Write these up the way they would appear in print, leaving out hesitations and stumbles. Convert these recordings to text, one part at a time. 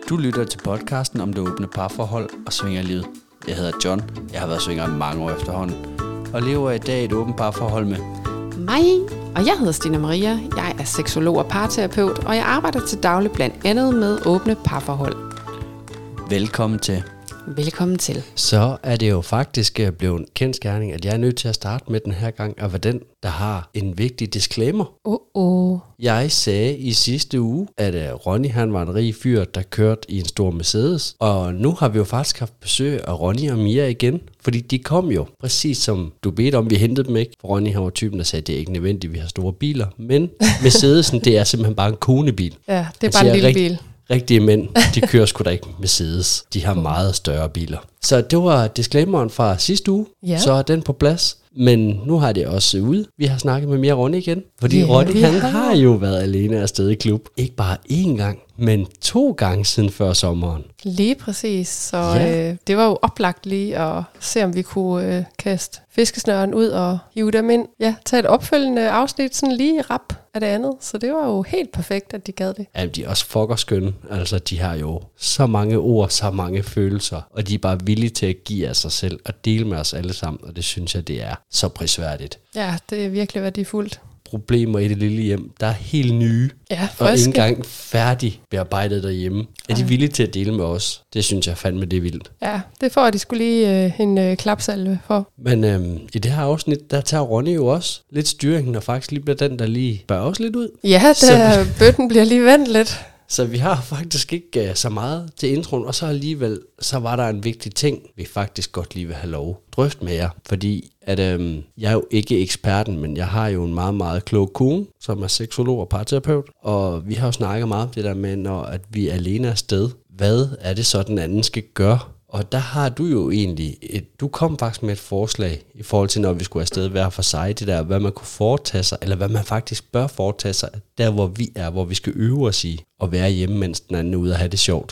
Du lytter til podcasten om det åbne parforhold og svingerlivet. Jeg hedder John, jeg har været svinger i mange år efterhånden, og lever i dag et åbent parforhold med mig, og jeg hedder Stina Maria. Jeg er seksolog og parterapeut, og jeg arbejder til daglig blandt andet med åbne parforhold. Velkommen til. Velkommen til. Så er det jo faktisk blevet en kendsgerning, at jeg er nødt til at starte med den her gang, og være den, der har en vigtig disclaimer. Jeg sagde i sidste uge, at Ronny han var en rig fyr, der kørte i en stor Mercedes. Og nu har vi jo faktisk haft besøg af Ronny og Mia igen, fordi de kom jo, præcis som du bedte om, vi hentede dem ikke. For Ronny han var typen, der sagde, at det er ikke nødvendigt, vi har store biler. Men Mercedesen, det er simpelthen bare en konebil. Ja, det er bare en lille bil. Rigtige mænd, de kører sgu da ikke Mercedes. De har meget større biler. Så det var disclaimeren fra sidste uge. Ja. Så er den på plads. Men nu har det også ude. Vi har snakket med Mia og Ronny igen. Fordi Ronny han har jo været alene afsted i klub. Ikke bare én gang, men 2 gange siden før sommeren. Lige præcis. Så det var jo oplagt lige at se, om vi kunne kaste fiskesnøren ud og hive dem ind. Ja, tage et opfølgende afsnit sådan lige rap af det andet. Så det var jo helt perfekt, at de gad det. Ja, de er også fuckerskønne. Altså, de har jo så mange ord, så mange følelser. Og de er bare villige til at give af sig selv og dele med os alle sammen. Og det synes jeg, det er så prisværdigt. Ja, det er virkelig værdifuldt. Problemer i det lille hjem, der er helt nye, og ikke engang færdig bearbejdet derhjemme. Er de villige til at dele med os? Det synes jeg fandme, det er vildt. Ja, det får de skulle lige en klapsalve for. Men i det her afsnit, der tager Ronny jo også lidt styringen, og faktisk lige bliver den, der lige bør også lidt ud. Ja, bøtten bliver lige vendt lidt. Så vi har faktisk ikke så meget til introen, og så alligevel, så var der en vigtig ting, vi faktisk godt lige vil have lov at drøfte med jer. Fordi at, jeg er jo ikke eksperten, men jeg har jo en meget, meget klog kone, som er seksolog og parterapeut. Og vi har jo snakket meget om det der med, når at vi er alene afsted. Hvad er det så, den anden skal gøre? Og der har du jo egentlig, du kom faktisk med et forslag i forhold til, når vi skulle afsted hver for sig, det der, hvad man kunne foretage sig, eller hvad man faktisk bør foretage sig, der hvor vi er, hvor vi skal øve os i at være hjemme, mens den anden er ude og have det sjovt.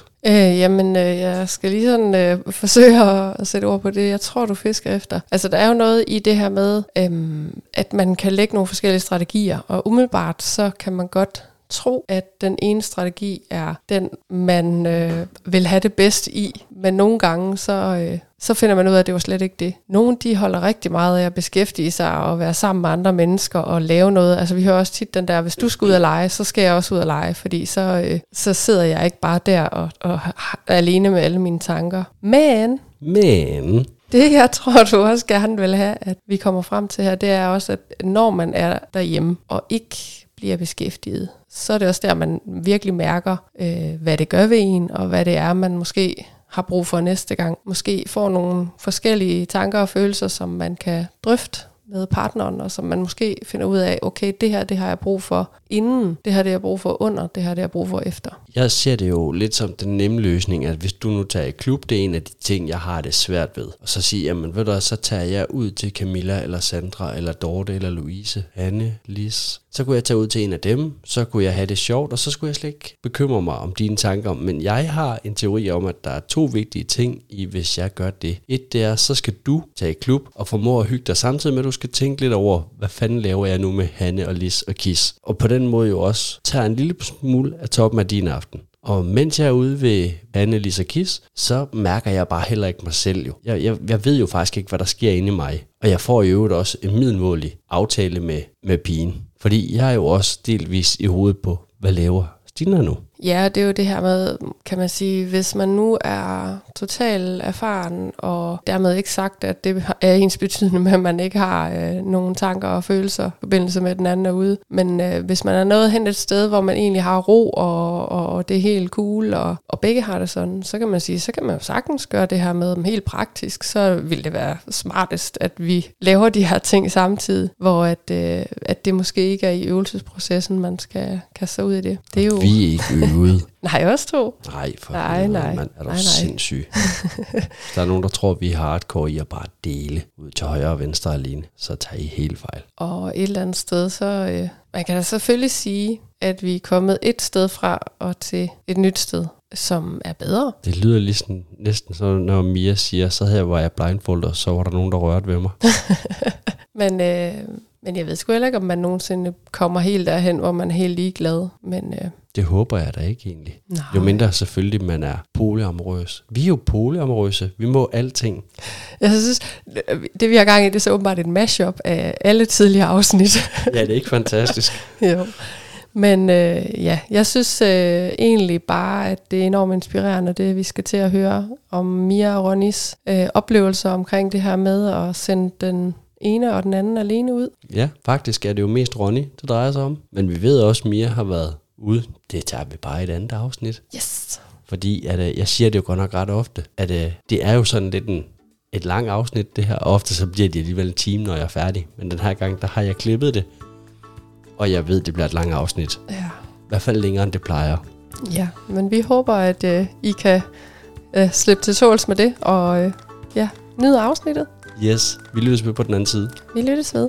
Jeg skal lige sådan forsøge at sætte ord på det, jeg tror, du fisker efter. Altså, der er jo noget i det her med, at man kan lægge nogle forskellige strategier, og umiddelbart så kan man godt tro, at den ene strategi er den, man vil have det bedst i. Men nogle gange, så finder man ud af, at det var slet ikke det. Nogle, de holder rigtig meget af at beskæftige sig og være sammen med andre mennesker og lave noget. Altså, vi hører også tit den der, hvis du skal ud og lege, så skal jeg også ud og lege, fordi så sidder jeg ikke bare der og er alene med alle mine tanker. Men det, jeg tror, du også gerne vil have, at vi kommer frem til her, det er også, at når man er derhjemme og ikke bliver beskæftiget, så er det også der, man virkelig mærker, hvad det gør ved en, og hvad det er, man måske har brug for næste gang. Måske får nogle forskellige tanker og følelser, som man kan drøfte med partneren, og som man måske finder ud af, okay, det her, det har jeg brug for inden, det her, det har jeg brug for under, det her, det har jeg brug for efter. Jeg ser det jo lidt som den nemme løsning, at hvis du nu tager i klub, det er en af de ting, jeg har det svært ved. Og så siger jamen ved du, så tager jeg ud til Camilla, eller Sandra, eller Dorte, eller Louise, Anne, Lis. Så kunne jeg tage ud til en af dem, så kunne jeg have det sjovt, og så skulle jeg slet ikke bekymre mig om dine tanker. Men jeg har en teori om, at der er 2 vigtige ting i, hvis jeg gør det. Et, det er, så skal du tage i klub og formå at hygge dig, samtidig med, at du skal tænke lidt over, hvad fanden laver jeg nu med Hanne og Lis og Kis. Og på den måde jo også tager en lille smule af toppen af din aften. Og mens jeg er ude ved Hanne, Lis og Kis, så mærker jeg bare heller ikke mig selv jo. Jeg ved jo faktisk ikke, hvad der sker inde i mig. Og jeg får i øvrigt også en middelmålig aftale med pigen. Fordi jeg er jo også delvis i hovedet på, hvad laver Stina nu? Ja, det er jo det her med, kan man sige, hvis man nu er totalt erfaren, og dermed ikke sagt, at det er ens betydende med, at man ikke har nogen tanker og følelser i forbindelse med den anden derude. Men hvis man er nået hen et sted, hvor man egentlig har ro, og det er helt cool, og begge har det sådan, så kan man sige, så kan man jo sagtens gøre det her med dem helt praktisk. Så vil det være smartest, at vi laver de her ting samtidig, hvor at det måske ikke er i øvelsesprocessen, man skal kaste sig ud i det. Det er jo vi er ikke ude. Nej, også 2. Nej, for nej. Man er da sindssyg. Der er nogen, der tror, vi er hardcore i at bare dele ud til højre og venstre alene. Så tager I helt fejl. Og et eller andet sted, så man kan da selvfølgelig sige, at vi er kommet et sted fra og til et nyt sted, som er bedre. Det lyder ligesom, næsten sådan, når Mia siger, så var jeg blindfoldet, og så var der nogen, der rørte ved mig. Men jeg ved sgu heller ikke, om man nogensinde kommer helt derhen, hvor man er helt ligeglad. Men, det håber jeg da ikke egentlig. nej. Jo mindre selvfølgelig, man er polyamorøs. Vi er jo polyamorøse. Vi må alting. Jeg synes, det vi har gang i, det er så åbenbart et mashup af alle tidligere afsnit. Ja, det er ikke fantastisk. Jo. Men ja, jeg synes egentlig bare, at det er enormt inspirerende, det vi skal til at høre om Mia og Ronnys oplevelser omkring det her med at sende den ene og den anden alene ud. Ja, faktisk er det jo mest Ronny, det drejer sig om. Men vi ved også, at Mia har været ude. Det tager vi bare i et andet afsnit. Yes. Fordi at, jeg siger det jo godt nok ret ofte, at det er jo sådan lidt et langt afsnit det her. Og ofte så bliver det alligevel en time, når jeg er færdig. Men den her gang, der har jeg klippet det. Og jeg ved, det bliver et langt afsnit. Ja. I hvert fald længere, end det plejer. Ja, men vi håber, at I kan slippe til tåls med det, og nyde afsnittet. Yes, vi lyttes med på den anden side. Vi lyttes ved.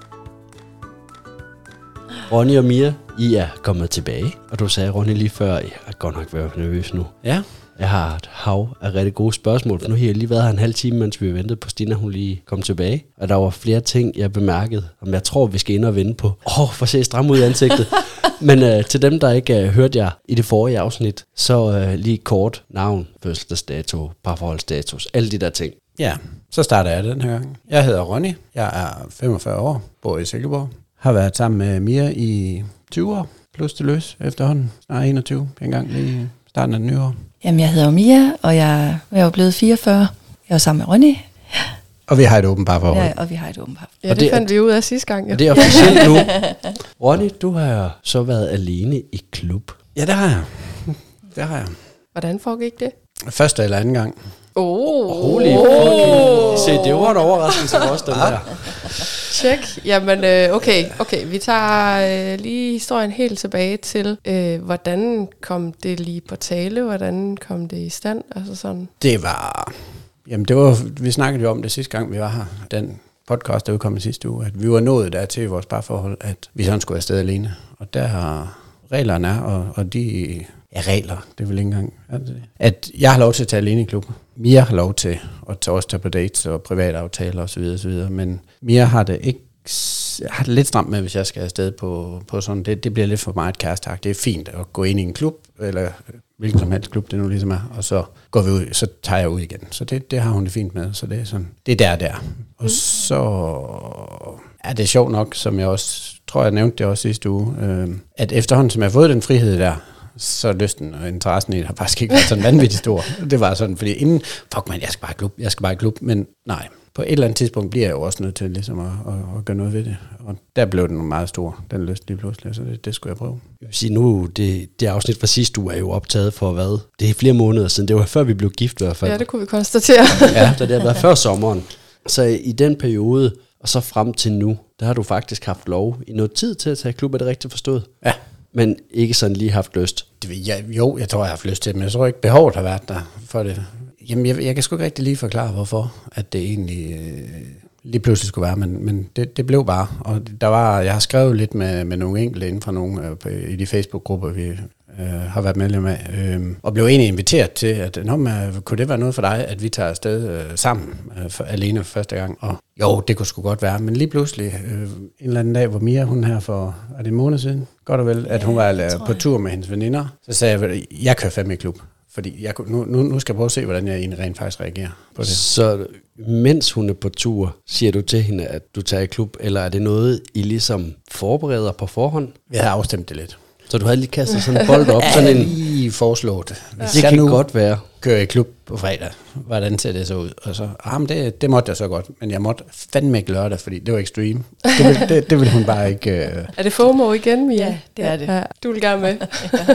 Ronny og Mia, I er kommet tilbage. Og du sagde, Ronny, lige før, jeg er godt nok været nervøs nu. Ja. Jeg har et hav af rigtig gode spørgsmål, for nu har jeg lige været her en halv time, mens vi ventede på Stina, hun lige kom tilbage. Og der var flere ting, jeg bemærkede, om jeg tror, vi skal ind og vende på. For at se stram ud i ansigtet. Men til dem, der ikke hørte jer i det forrige afsnit, så lige kort navn, fødselsdato, parforholdsstatus, alle de der ting. Ja, så starter jeg den her gang. Jeg hedder Ronny, jeg er 45 år, bor i Silkeborg. Har været sammen med Mia i 20 år, plus til løs efterhånden. Snart 21, en gang lige i starten af det nye år. Jamen, jeg hedder Mia, og jeg er jo blevet 44. Jeg er sammen med Ronny. Og vi har et åbent parforhold. Ja, og vi har et åbent par. Ja, det fandt vi ud af sidste gang. Ja. Og det er officielt nu. Ronny, du har så været alene i klub. Ja, det har jeg. Det har jeg. Hvordan foregik det? Første eller anden gang. Holy fucking. Se, det var en overraskelse for os, den der. Tjek. Jamen, okay. Vi tager lige historien helt tilbage til, hvordan kom det lige på tale? Hvordan kom det i stand? Altså sådan. Det var, vi snakkede jo om det sidste gang, vi var her. Den podcast, der udkom i sidste uge, at vi var nået der til vores parforhold, at vi sådan skulle afsted alene. Og der har reglerne er, og de er regler, det er vel ikke engang. At jeg har lov til at tage alene i klubben. Mia har lov til at tage på dates og private aftaler osv. Men Mia har det ikke. Jeg har det lidt stramt med, hvis jeg skal afsted på sådan. Det bliver lidt for meget et kærestag. Det er fint at gå ind i en klub, eller hvilken som helst klub det nu ligesom er, og så går vi ud, så tager jeg ud igen. Så det har hun det fint med, så det er sådan. Det er der. Og så er det sjovt nok, som jeg også tror, jeg nævnte det også sidste uge, at efterhånden, som jeg har fået den frihed der, så lysten og interessen i det har faktisk ikke været sådan vanvittigt stor. Det var sådan, fordi inden, jeg skal bare i klub, men nej. På et eller andet tidspunkt bliver jeg jo også nødt til ligesom at gøre noget ved det. Og der blev den meget stor, den lyst lige pludselig, så det skulle jeg prøve. Jeg vil sige nu, det afsnit fra sidste uge er jo optaget for hvad? Det er flere måneder siden, det var før vi blev gift i hvert fald. Ja, det kunne vi konstatere. Ja, det har været før sommeren. Så i den periode, og så frem til nu, der har du faktisk haft lov i noget tid til at tage klub, er det rigtigt forstået? Ja. Men ikke sådan lige haft lyst? Jeg tror, jeg har haft lyst til det, men jeg tror ikke, behovet har været der for det. Jamen, jeg kan sgu ikke rigtig lige forklare, hvorfor at det egentlig lige pludselig skulle være, men det blev bare. Og jeg har skrevet lidt med nogle enkelte inden fra nogle i de Facebook-grupper, vi har været medlem af, og blev egentlig inviteret til, at kunne det være noget for dig, at vi tager afsted sammen alene for første gang? Og jo, det kunne sgu godt være, men lige pludselig en eller anden dag, hvor Mia, hun her for, er det en måned siden, godt og vel, at hun var på tur med hendes veninder, så sagde jeg kører fandme i klub. Fordi nu skal jeg prøve at se, hvordan jeg egentlig rent faktisk reagerer på det. Så mens hun er på tur, siger du til hende, at du tager i klub, eller er det noget, I ligesom forbereder på forhånd? Vi havde afstemt det lidt. Så du havde lige kastet sådan en bold op? Sådan en lige foreslået. Ja. Det kan godt være. Kører i klub på fredag. Hvordan ser det så ud? Og så, det måtte jeg så godt. Men jeg måtte fandme ikke lørdag, fordi det var extreme. Det ville hun bare ikke. Er det FOMO igen, Mia? Ja, det er det. Ja, du vil gerne med.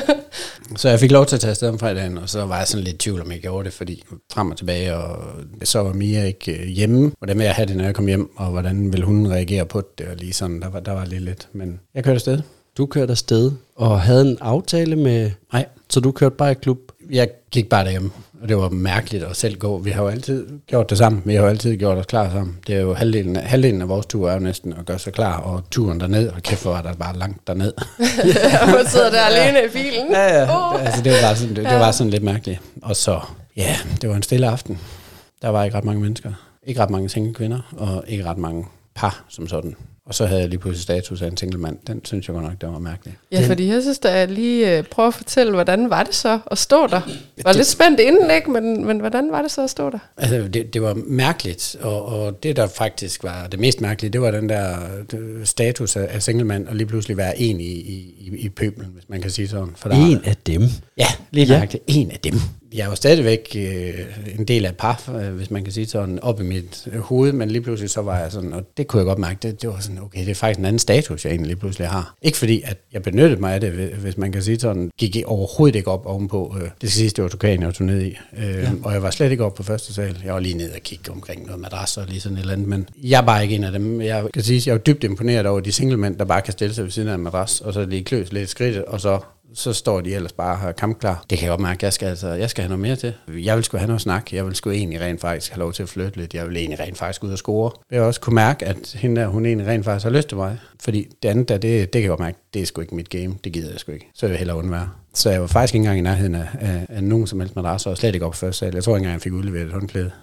Så jeg fik lov til at tage afsted om fredagen, og så var jeg sådan lidt i tvivl, om jeg gjorde det, fordi frem og tilbage, og så var Mia ikke hjemme. Hvordan vil jeg have det, når jeg kom hjem, og hvordan ville hun reagere på det? Og lige sådan, der var lidt. Men jeg kørte afsted. Du kørte afsted og havde en aftale med... Nej. Så du kørte bare i klub? Jeg gik bare derhjemme, og det var mærkeligt at selv gå. Vi har jo altid gjort det sammen. Vi har jo altid gjort os klar sammen. Det er jo halvdelen af vores tur er jo næsten at gøre sig klar, og turen derned, og kæft, hvor var der bare langt derned. Hun sidder der alene i bilen. Ja. Altså, det var sådan lidt mærkeligt. Og så, det var en stille aften. Der var ikke ret mange mennesker. Ikke ret mange single kvinder, og ikke ret mange par som sådan. Og så havde jeg lige pludselig status af en single mand. Den synes jeg godt nok, der var mærkelig. Ja, fordi jeg synes, at jeg lige prøver at fortælle, hvordan var det så at stå der? Jeg var lidt spændt inden, ikke? Men hvordan var det så at stå der? Altså, det var mærkeligt, og det, der faktisk var det mest mærkelige, det var den der status af singlemand, og lige pludselig være en i pøblen, hvis man kan sige sådan. For der en af dem? Ja, lige mærkeligt. En af dem. Jeg er jo stadigvæk en del af par, hvis man kan sige sådan, op i mit hoved, men lige pludselig så var jeg sådan, og det kunne jeg godt mærke, det var sådan, okay, det er faktisk en anden status, jeg egentlig lige pludselig har. Ikke fordi, at jeg benyttede mig af det, hvis man kan sige sådan, gik overhovedet ikke op ovenpå. Det skal siges, det var Turkan, jeg tog ned i, og jeg var slet ikke oppe på første sal. Jeg var lige nede og kigge omkring noget madrasser og lige sådan et eller andet, men jeg er bare ikke en af dem. Jeg kan sige, jeg er dybt imponeret over de singlemænd, der bare kan stille sig ved siden af en madras, og så lige kløs lidt skridtet, og så står de ellers bare kampklar. Det kan jeg godt mærke, jeg skal have noget mere til. Jeg vil sgu have noget snak. Jeg vil sgu egentlig rent faktisk have lov til at flytte lidt. Jeg vil egentlig rent faktisk ud og score. Jeg vil også kunne mærke, at hende der, hun egentlig rent faktisk har lyst til mig. Fordi det andet der, det kan jeg godt mærke, det er sgu ikke mit game. Det gider jeg sgu ikke. Så vil jeg hellere undvære. Så jeg var faktisk ikke engang i nærheden af nogen som helst madrasser, og slet ikke op på første sal. Jeg tror ikke engang, jeg fik udleveret et håndklæde.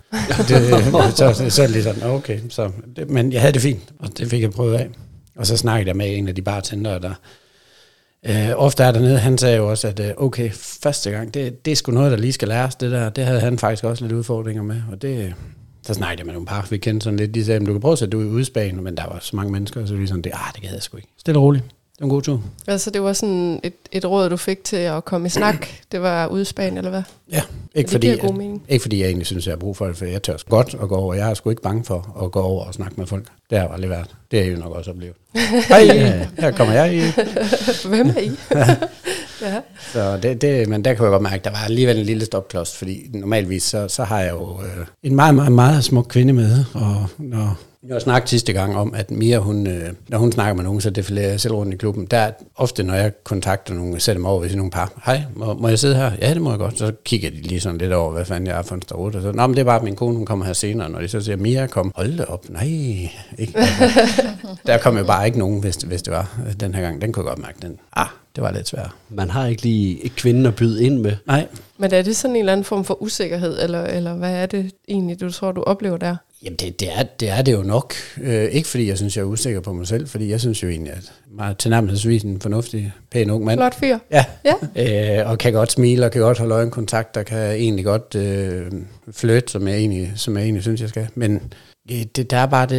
så er det lige sådan, okay. Men jeg havde det fint, og det fik jeg prøvet af. Og så snakkede jeg med en af de bartendere, der ofte er dernede. Han sagde jo også, at okay, første gang, det er sgu noget, der lige skal læres. Det havde han faktisk også lidt udfordringer med, og så snakkede jeg med nogle par, vi kendte sådan lidt. De sagde, du kan prøve at sætte det ud i udspagen, men der var så mange mennesker, så vi sådan, det gad jeg sgu ikke. Stille og roligt. Det var en god tur. Altså det var sådan et råd, du fik til at komme i snak. Det var udspagen, eller hvad? Ja, ikke fordi jeg egentlig synes, jeg har brug for det, for jeg tør godt at gå over. Jeg er sgu ikke bange for at gå over og snakke med folk. Det har jeg aldrig været. Det har jeg jo nok også oplevet. Hej, her kommer jeg i. Hvem er I? Ja. Så men der kan jeg godt mærke, at der var alligevel en lille stopklods, fordi normalvis så har jeg jo en meget, meget, meget smuk kvinde med, og jeg har snakket sidste gang om, at Mia, når hun snakker med nogen, så defilerer jeg selv rundt i klubben. Der er ofte, når jeg kontakter nogen, sætter mig over ved nogle par. Hej, må jeg sidde her? Ja, det må jeg godt. Så kigger de lige sådan lidt over, hvad fanden jeg er for en stort. Og så, men det er bare, min kone, hun kommer her senere. Når de så siger, Mia, kom, hold det op. Nej, ikke. Der kom jo bare ikke nogen, hvis det var den her gang. Den kunne jeg godt mærke, det var lidt svært. Man har ikke lige kvinden at byde ind med. Nej. Men er det sådan en eller anden form for usikkerhed, eller hvad er det egentlig, du tror, du oplever der? Jamen, det er det jo nok. Ikke fordi jeg synes, jeg er usikker på mig selv, fordi jeg synes jo egentlig, at meget tilnærmelsesvis en fornuftig, pæn ung mand. Flot fyr. Ja. Og kan godt smile, og kan godt holde øjenkontakt, og kan egentlig godt flytte, som jeg egentlig synes, jeg skal. Men det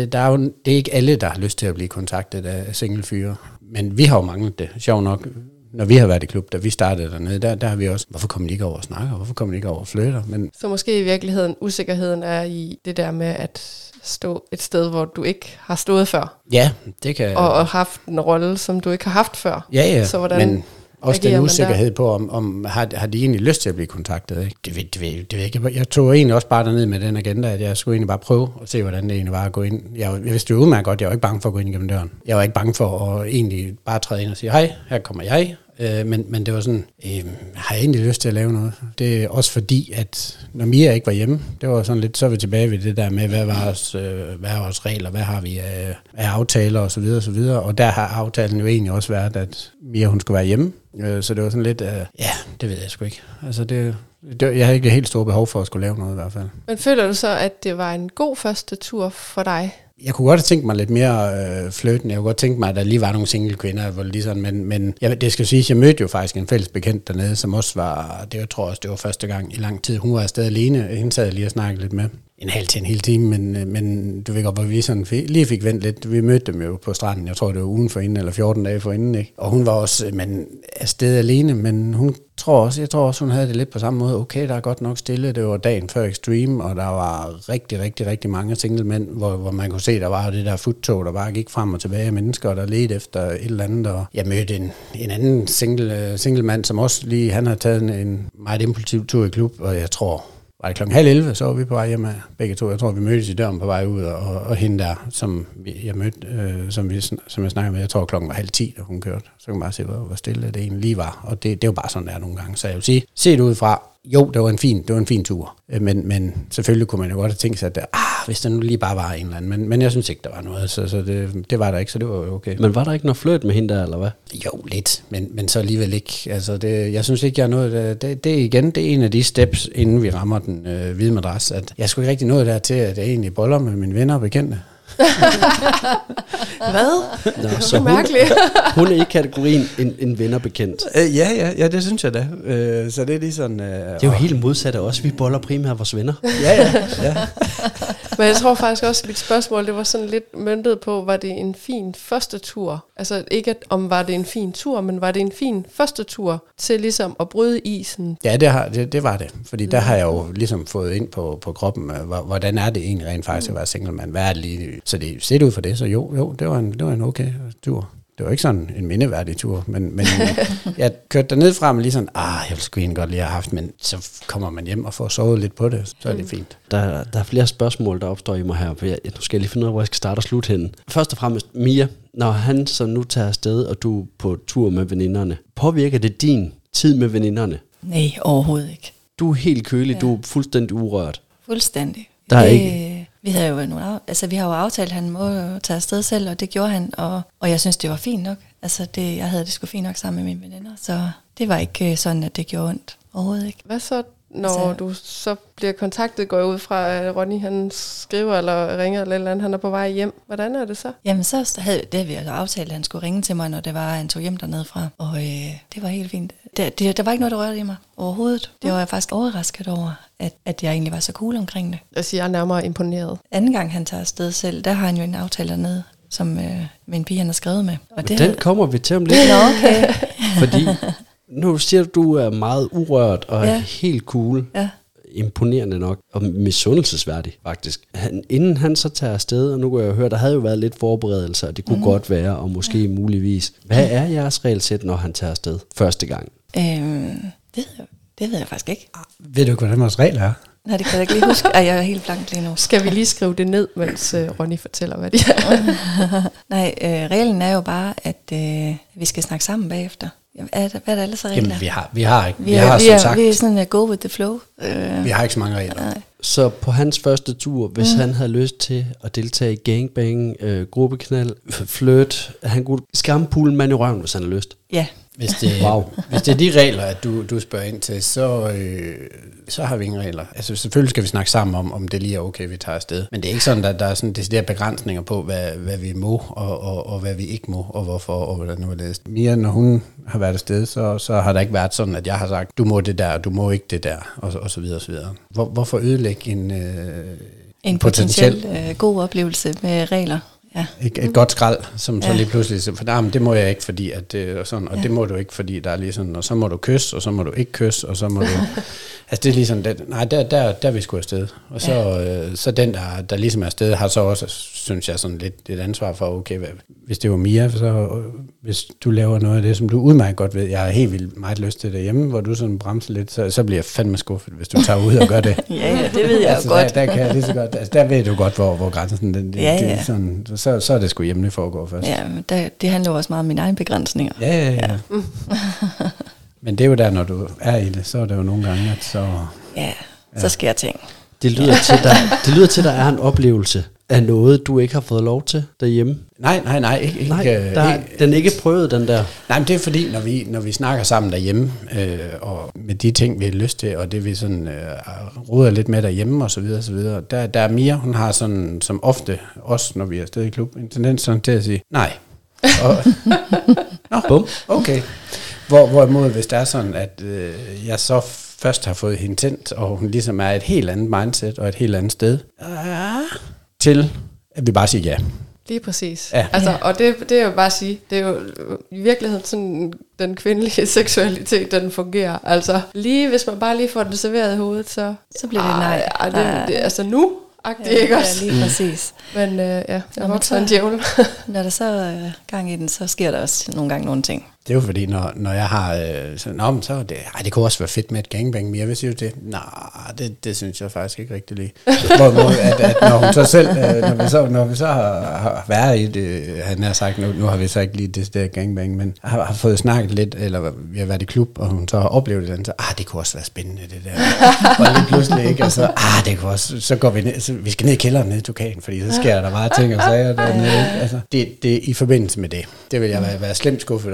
er ikke alle, der har lyst til at blive kontaktet af singlefyre. Men vi har jo manglet det, sjovt nok. Når vi har været i klub, da vi startede dernede, der har vi også, hvorfor kommer de ikke over og snakker, hvorfor kommer de ikke over og flytter? Men så måske i virkeligheden, usikkerheden er i det der med at stå et sted, hvor du ikke har stået før. Ja, det kan. Og haft en rolle, som du ikke har haft før. Ja, så hvordan men også den usikkerhed på, om har de egentlig lyst til at blive kontaktet, ikke? Det ved jeg ikke. Jeg tog egentlig også bare derned med den agenda, at jeg skulle egentlig bare prøve at se, hvordan det egentlig var at gå ind. Jeg vidste jo udmærket godt, jeg var ikke bange for at gå ind igennem døren. Jeg var ikke bange for at egentlig bare træde ind og sige, hej, her kommer jeg. Men det var sådan, har jeg egentlig lyst til at lave noget? Det er også fordi, at når Mia ikke var hjemme, det var sådan lidt, så er vi tilbage ved det der med, hvad er vores regler, hvad har vi af aftaler og så videre og så videre. Og der har aftalen jo egentlig også været, at Mia, hun skulle være hjemme. Så det var sådan lidt, det ved jeg sgu ikke. Altså jeg havde ikke helt stort behov for at skulle lave noget i hvert fald. Men føler du så, at det var en god første tur for dig? Jeg kunne godt have tænkt mig lidt mere flirten. Jeg kunne godt tænke mig, at der lige var nogle single kvinder, hvor lige sådan, men det skal siges, jeg mødte jo faktisk en fælles bekendt dernede, som også var, jeg tror også, det var første gang i lang tid. Hun var afsted alene. Hende sad jeg lige og snakkede lidt med. En halv til en hel time, men du ved godt, hvor vi sådan lige fik vendt lidt. Vi mødte dem jo på stranden, jeg tror det var ugen forinden, eller 14 dage forinden, ikke? Og hun var også afsted alene, men jeg tror også, hun havde det lidt på samme måde. Okay, der er godt nok stille. Det var dagen før Extreme, og der var rigtig, rigtig, rigtig mange single mænd, hvor man kunne se, der var det der futtog, der bare gik frem og tilbage af mennesker, der ledte efter et eller andet. Og jeg mødte en anden single mand, som også lige, han havde taget en meget impulsiv tur i klub, og jeg tror, var det 10:30, så var vi på vej hjem af begge to. Jeg tror, vi mødtes i døren på vej ud, og hende der, som jeg mødte, som jeg snakkede med, jeg tror, klokken var 9:30, da hun kørte. Så kan man bare se, hvor stille det egentlig lige var. Og det er jo bare sådan, der nogle gange. Så jeg vil sige, set udefra, jo, det var en fin tur. Men selvfølgelig kunne man jo godt have tænkt sig, at hvis der nu lige bare var en eller anden. Men jeg synes ikke, der var noget, så det var der ikke, så det var jo okay. Men var der ikke noget flirt med hende der, eller hvad? Jo, lidt, men så alligevel ikke. Altså, jeg synes ikke, jeg er noget. Det er en af de steps, inden vi rammer den hvide madras, at jeg skulle ikke rigtig noget der til, at jeg egentlig boller med mine venner og bekendte. Hvad? Nå, Det er mærkeligt. hun er i kategorien en vennerbekendt. Ja, det synes jeg da. Så det er lige sådan... Det er jo helt modsat af os. Vi boller primært vores venner. Ja. Men jeg tror faktisk også, at mit spørgsmål, det var sådan lidt møntet på, var det en fin første tur? Altså ikke om var det en fin tur, men var det en fin første tur til ligesom at bryde isen? Ja, det var det. Fordi der har jeg jo ligesom fået ind på kroppen, hvordan er det egentlig rent faktisk at være single man? Hvad er det lige? Så det set ud for det, så jo, det var en okay tur. Det var ikke sådan en mindeværdig tur, men jeg kørte derned fra med lige sådan, jeg ville sgu egentlig godt lige have haft, men så kommer man hjem og får sovet lidt på det, så er det fint. Der er flere spørgsmål, der opstår i mig her, for nu skal jeg lige finde ud af, hvor jeg skal starte og slutte henne. Først og fremmest, Mia, når han så nu tager afsted, og du er på tur med veninderne, påvirker det din tid med veninderne? Nej, overhovedet ikke. Du er helt kølig, du er fuldstændig urørt. Fuldstændig. Der er ikke... Vi har jo aftalt, at han må tage afsted selv, og det gjorde han, og jeg synes, det var fint nok. Altså, jeg havde det sgu fint nok sammen med mine veninder, så det var ikke sådan, at det gjorde ondt. Overhovedet ikke. Hvad så, når du så bliver kontaktet, går jeg ud fra, at Ronny han skriver eller ringer eller andet, han er på vej hjem. Hvordan er det så? Jamen, så havde vi altså aftalt, at han skulle ringe til mig, når det var, han tog hjem dernede fra, og det var helt fint. Der var ikke noget, der rørte i mig overhovedet. Det var jeg faktisk overrasket over, at jeg egentlig var så cool omkring det. Jeg siger, jeg er nærmere imponeret. Anden gang han tager afsted selv, der har han jo en aftale dernede, som min pige han har skrevet med. Og det den kommer vi til om lidt. Nå, okay. Fordi nu siger du er meget urørt og er helt cool. Ja. Imponerende nok, og misundelsesværdig faktisk. Inden han så tager afsted, og nu kan jeg høre, der havde jo været lidt forberedelser, og det kunne godt være, og måske muligvis. Hvad er jeres regelsæt, når han tager afsted første gang? Det ved jeg faktisk ikke. Ved du ikke, hvordan vores regler er? Nej, det kan jeg ikke lige huske. Jeg er helt blank lige nu. Skal vi lige skrive det ned, mens Ronny fortæller, hvad det er? Nej, reglen er jo bare, at vi skal snakke sammen bagefter. Hvad er der ellers regler? Jamen, vi har ikke. Vi har som sagt... Vi er sådan go with the flow. Vi har ikke så mange regler. Nej. Så på hans første tur, hvis han havde lyst til at deltage i gangbang, gruppeknald, flirt, han kunne skampule en mand i røven, hvis han har lyst. Ja. Hvis det er de regler, at du spørger ind til, så har vi ingen regler. Altså selvfølgelig skal vi snakke sammen om det lige er okay, vi tager afsted. Men det er ikke sådan, at der er sådan deciderede begrænsninger på, hvad vi må, og hvad vi ikke må, og hvorfor, og hvordan nu er det. Mia, når hun har været afsted, så har der ikke været sådan, at jeg har sagt, du må det der, du må ikke det der, og så videre, og så videre. Hvorfor ødelægge en potentiel god oplevelse med regler? Ja. Et godt skrald, som så lige pludselig, for det må jeg ikke, fordi at og sådan, og det må du ikke, fordi der er lige sådan, og så må du kysse, og så må du ikke kysse, og så må du, altså det er ligesom, der vi skulle afsted, og så den, der ligesom er afsted, har så også, synes jeg, sådan lidt et ansvar for, okay, hvis det var Mia, så hvis du laver noget af det, som du udmærket godt ved, jeg har helt vildt meget lyst til derhjemme, hvor du sådan bremser lidt, så bliver jeg fandme skuffet, hvis du tager ud og gør det. Ja, det ved jeg altså, jo godt. Der kan jeg lige så godt, altså der ved du godt, hvor grænsen den, det sådan, så er det sgu hjemme, det foregår først. Ja, men det handler jo også meget om mine egne begrænsninger. Ja. Men det er jo der, når du er i det, så er det jo nogle gange, at så... Ja, så sker ting. Det lyder til, der er en oplevelse af noget, du ikke har fået lov til derhjemme. Nej, ikke. Den er ikke prøvet, den der. Nej, men det er fordi, når vi snakker sammen derhjemme, og med de ting, vi har lyst til, og det vi sådan ruder lidt med derhjemme, og så videre, der er Mia, hun har sådan, som ofte, også når vi er afsted i klub, en tendens sådan til at sige, nej. Bum, okay. Hvorimod, hvis det er sådan, at jeg så først har fået hende tændt, og hun ligesom er et helt andet mindset, og et helt andet sted, til at vi bare siger ja. Lige præcis. Ja. Altså, og det er jo bare at sige, det er jo i virkeligheden sådan, den kvindelige seksualitet, den fungerer. Altså, lige hvis man bare lige får det serveret i hovedet, så bliver det nej. Det, altså nu, ikke også? Ja, lige præcis. Men jeg vokser en djævel. Når der så er gang i den, så sker der også nogle gange nogle ting. Det er jo fordi, når jeg har sådan, så det, det kunne også være fedt med et gangbang, men jeg vil sige det, det synes jeg faktisk ikke rigtig lige. at når hun så selv, når vi så har været i det, han har sagt, nu har vi så ikke lige det der gangbang, men har fået snakket lidt, eller vi har været i klub, og hun så har oplevet det, så det kunne også være spændende det der. Og lige pludselig ikke, og så, det kunne også, så går vi ned, så vi skal ned i kælderen ned i Tukan, fordi så sker der meget ting og sager dernede. Altså, det i forbindelse med det vil jeg være slemt skuffet over, hvis hun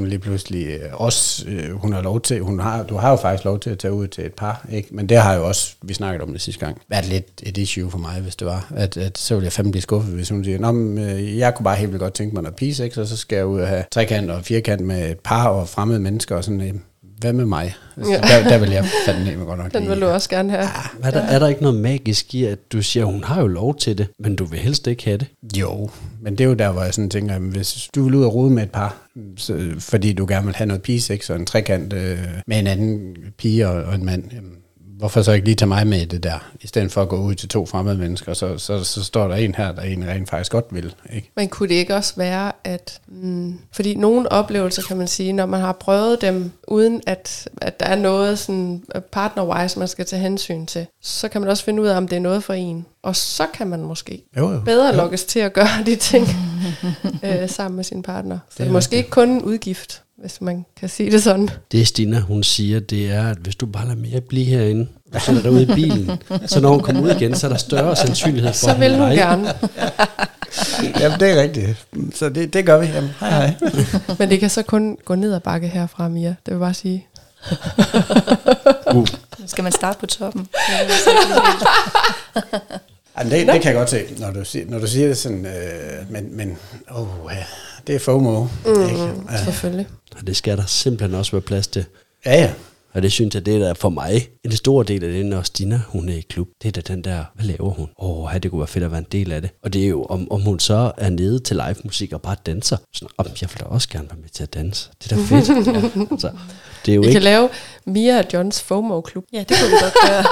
hun lige pludselig også, hun har lov til, du har jo faktisk lov til at tage ud til et par, ikke? Men det har jo også, vi snakkede om det sidste gang, været lidt et issue for mig, hvis det var, at så ville jeg fandme blive skuffet, hvis hun siger, nå, men, jeg kunne bare helt vildt godt tænke mig noget pisex, og så skal jeg ud og have trekant og firkant med et par og fremmede mennesker, og sådan, hvad med mig? Der vil jeg fandme med godt nok. Den vil du også gerne have. Er der ikke noget magisk i, at du siger, hun har jo lov til det, men du vil helst ikke have det? Jo, men det er jo der, hvor jeg sådan tænker, hvis du vil ud og rode med et par, fordi du gerne vil have noget pisex og en trekant med en anden pige og en mand, hvorfor så ikke lige tage mig med i det der, i stedet for at gå ud til 2 fremmede mennesker, så står der en her, der en rent faktisk godt vil. Ikke? Men kunne det ikke også være, at fordi nogle oplevelser, kan man sige, når man har prøvet dem, uden at der er noget sådan partner-wise, man skal tage hensyn til, så kan man også finde ud af, om det er noget for en. Og så kan man måske bedre lokkes til at gøre de ting sammen med sin partner. Så det er måske ikke kun en udgift, hvis man kan sige det sådan. Det Stina, hun siger, det er, at hvis du bare lader mere blive herinde, og så er der ude i bilen, så når hun kommer ud igen, så er der større sandsynlighed for, så vil hun gerne. Jamen, det er rigtigt. Så det gør vi. Jamen, hej. Men det kan så kun gå ned ad bakke herfra, Mia. Det vil bare sige. Skal man starte på toppen? Det kan jeg godt se, når du siger det sådan, men det er FOMO. Selvfølgelig. Og det skal der simpelthen også være plads til. Ja. Og det synes jeg, det er der for mig en stor del af det, når Stina, hun er i klub. Det er da den der, hvad laver hun? Det kunne være fedt at være en del af det. Og det er jo, om hun så er nede til live musik og bare danser. Sådan, jeg vil da også gerne være med til at danse. Det er da fedt. Så, det er jo vi ikke... kan lave Mia og Johns FOMO-klub. Ja, det kunne vi godt gøre.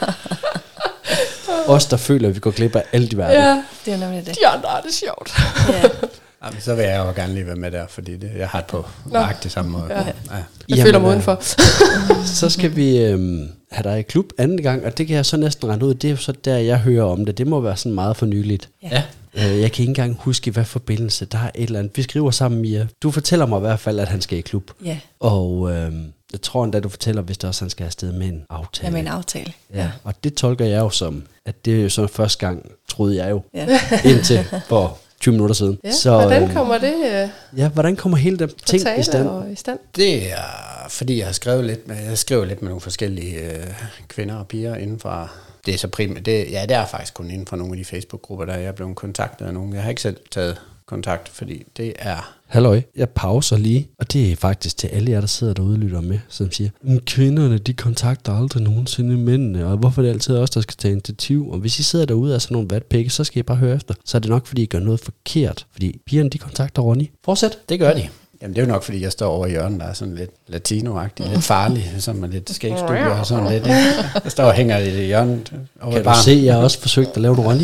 Os, der føler, at vi går glip af alt i verden. Ja, det er nemlig det. De andre har det sjovt. Ja. Jamen, så vil jeg jo gerne lige være med der, fordi jeg har det på nøjagtig samme måde. Ja. Jeg føler mig udenfor. Så skal vi have dig i klub anden gang, og det kan jeg så næsten regne ud. Det er jo så der, jeg hører om det. Det må være sådan meget fornyeligt. Ja. Jeg kan ikke engang huske, hvad forbindelse der er et eller andet. Vi skriver sammen, Mia. Du fortæller mig i hvert fald, at han skal i klub. Ja. Og jeg tror endda, du fortæller, hvis det også han skal afsted med en aftale. Ja, med en aftale. Ja, og det tolker jeg jo som, at det er jo så første gang, troede jeg jo, Ja. indtil for 20 minutter siden. Ja, så, hvordan kommer det hvordan kommer hele den ting i stand? Det er, fordi jeg har skrevet lidt med, nogle forskellige kvinder og piger inden fra. Det er så primært, det er faktisk kun inden for nogle af de Facebook-grupper, der jeg er blevet kontaktet af nogen. Jeg har ikke selv taget kontakt, fordi det er... Halløj, jeg pauser lige, og det er faktisk til alle jer, der sidder derude og lytter med, som siger, kvinderne, de kontakter aldrig nogensinde mændene, og hvorfor er det altid os, der skal tage initiativ? Og hvis I sidder derude og er sådan nogle vatpikke, så skal I bare høre efter. Så er det nok, fordi I gør noget forkert, fordi pigerne, de kontakter Ronny. Fortsæt. Det gør de. Jamen det er jo nok, fordi jeg står over i hjørnet, der er sådan lidt latino-agtig, lidt farlig, sådan med lidt skægstubber og sådan lidt. Ikke? Jeg står og hænger i det hjørnet. Kan du se, jeg har også forsøgt at lave en Ronny?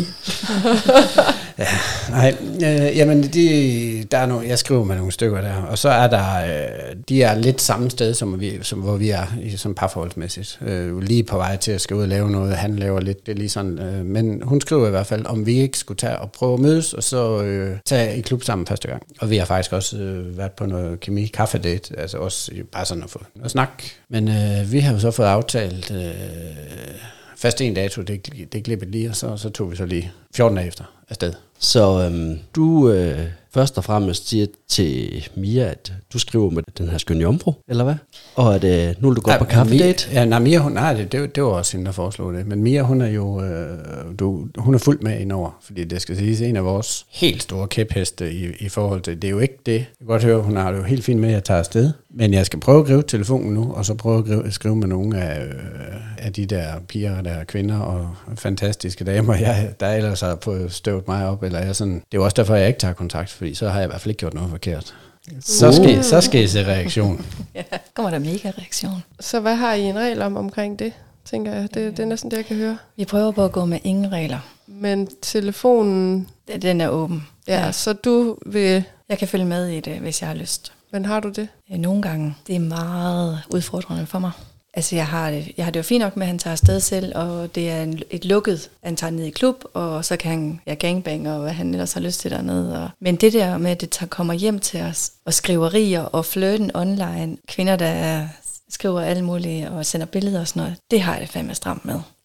Ja, nej, jamen der er nogle, jeg skriver med nogle stykker der, og så er der, de er lidt samme sted, som hvor vi er som parforholdsmæssigt. Lige på vej til at skal ud og lave noget, han laver lidt, det er lige sådan, men hun skriver i hvert fald, om vi ikke skulle tage og prøve at mødes, og så tage i klub sammen første gang. Og vi har faktisk også været på noget kemi-kaffedate, altså også bare sådan at få noget snak. Men vi har jo så fået aftalt først en dato, det glippede lige, og så tog vi så lige 14 dage efter afsted. Så du først og fremmest siger til Mia, at du skriver med den her skønne jomfru, eller hvad? Og at nu vil du gå på kaffedate? Mia, det var også hende, der foreslog det. Men Mia, hun er jo hun er fuldt med indover, fordi det skal siges, en af vores helt store kæpheste i forhold til, det er jo ikke det. Jeg kan godt høre, hun har det jo helt fint med, at jeg tager afsted. Men jeg skal prøve at gribe telefonen nu, og så prøve at skrive med nogle af de der piger, der er kvinder og fantastiske damer, der ellers har fået støvet mig op, eller jeg sådan. Det er jo også derfor, jeg ikke tager kontakt, fordi så har jeg i hvert fald ikke gjort noget forkert. Så skal I se reaktion. Ja, kommer der mega reaktion. Så hvad har I en regel omkring det, tænker jeg? Det er næsten det, jeg kan høre. Vi prøver på at gå med ingen regler. Men telefonen... Den er åben. Ja, så du vil... Jeg kan følge med i det, hvis jeg har lyst. Men har du det? Nogle gange. Det er meget udfordrende for mig. Altså jeg har det jo fint nok med, at han tager afsted selv, og det er et lukket, han tager ned i klub, og så kan han gangbang, og hvad han ellers har lyst til dernede. Men det der med, at det kommer hjem til os, og skriverier, og flirten online, kvinder, der skriver alle mulige, og sender billeder og sådan noget, det har jeg det fandme stramt med.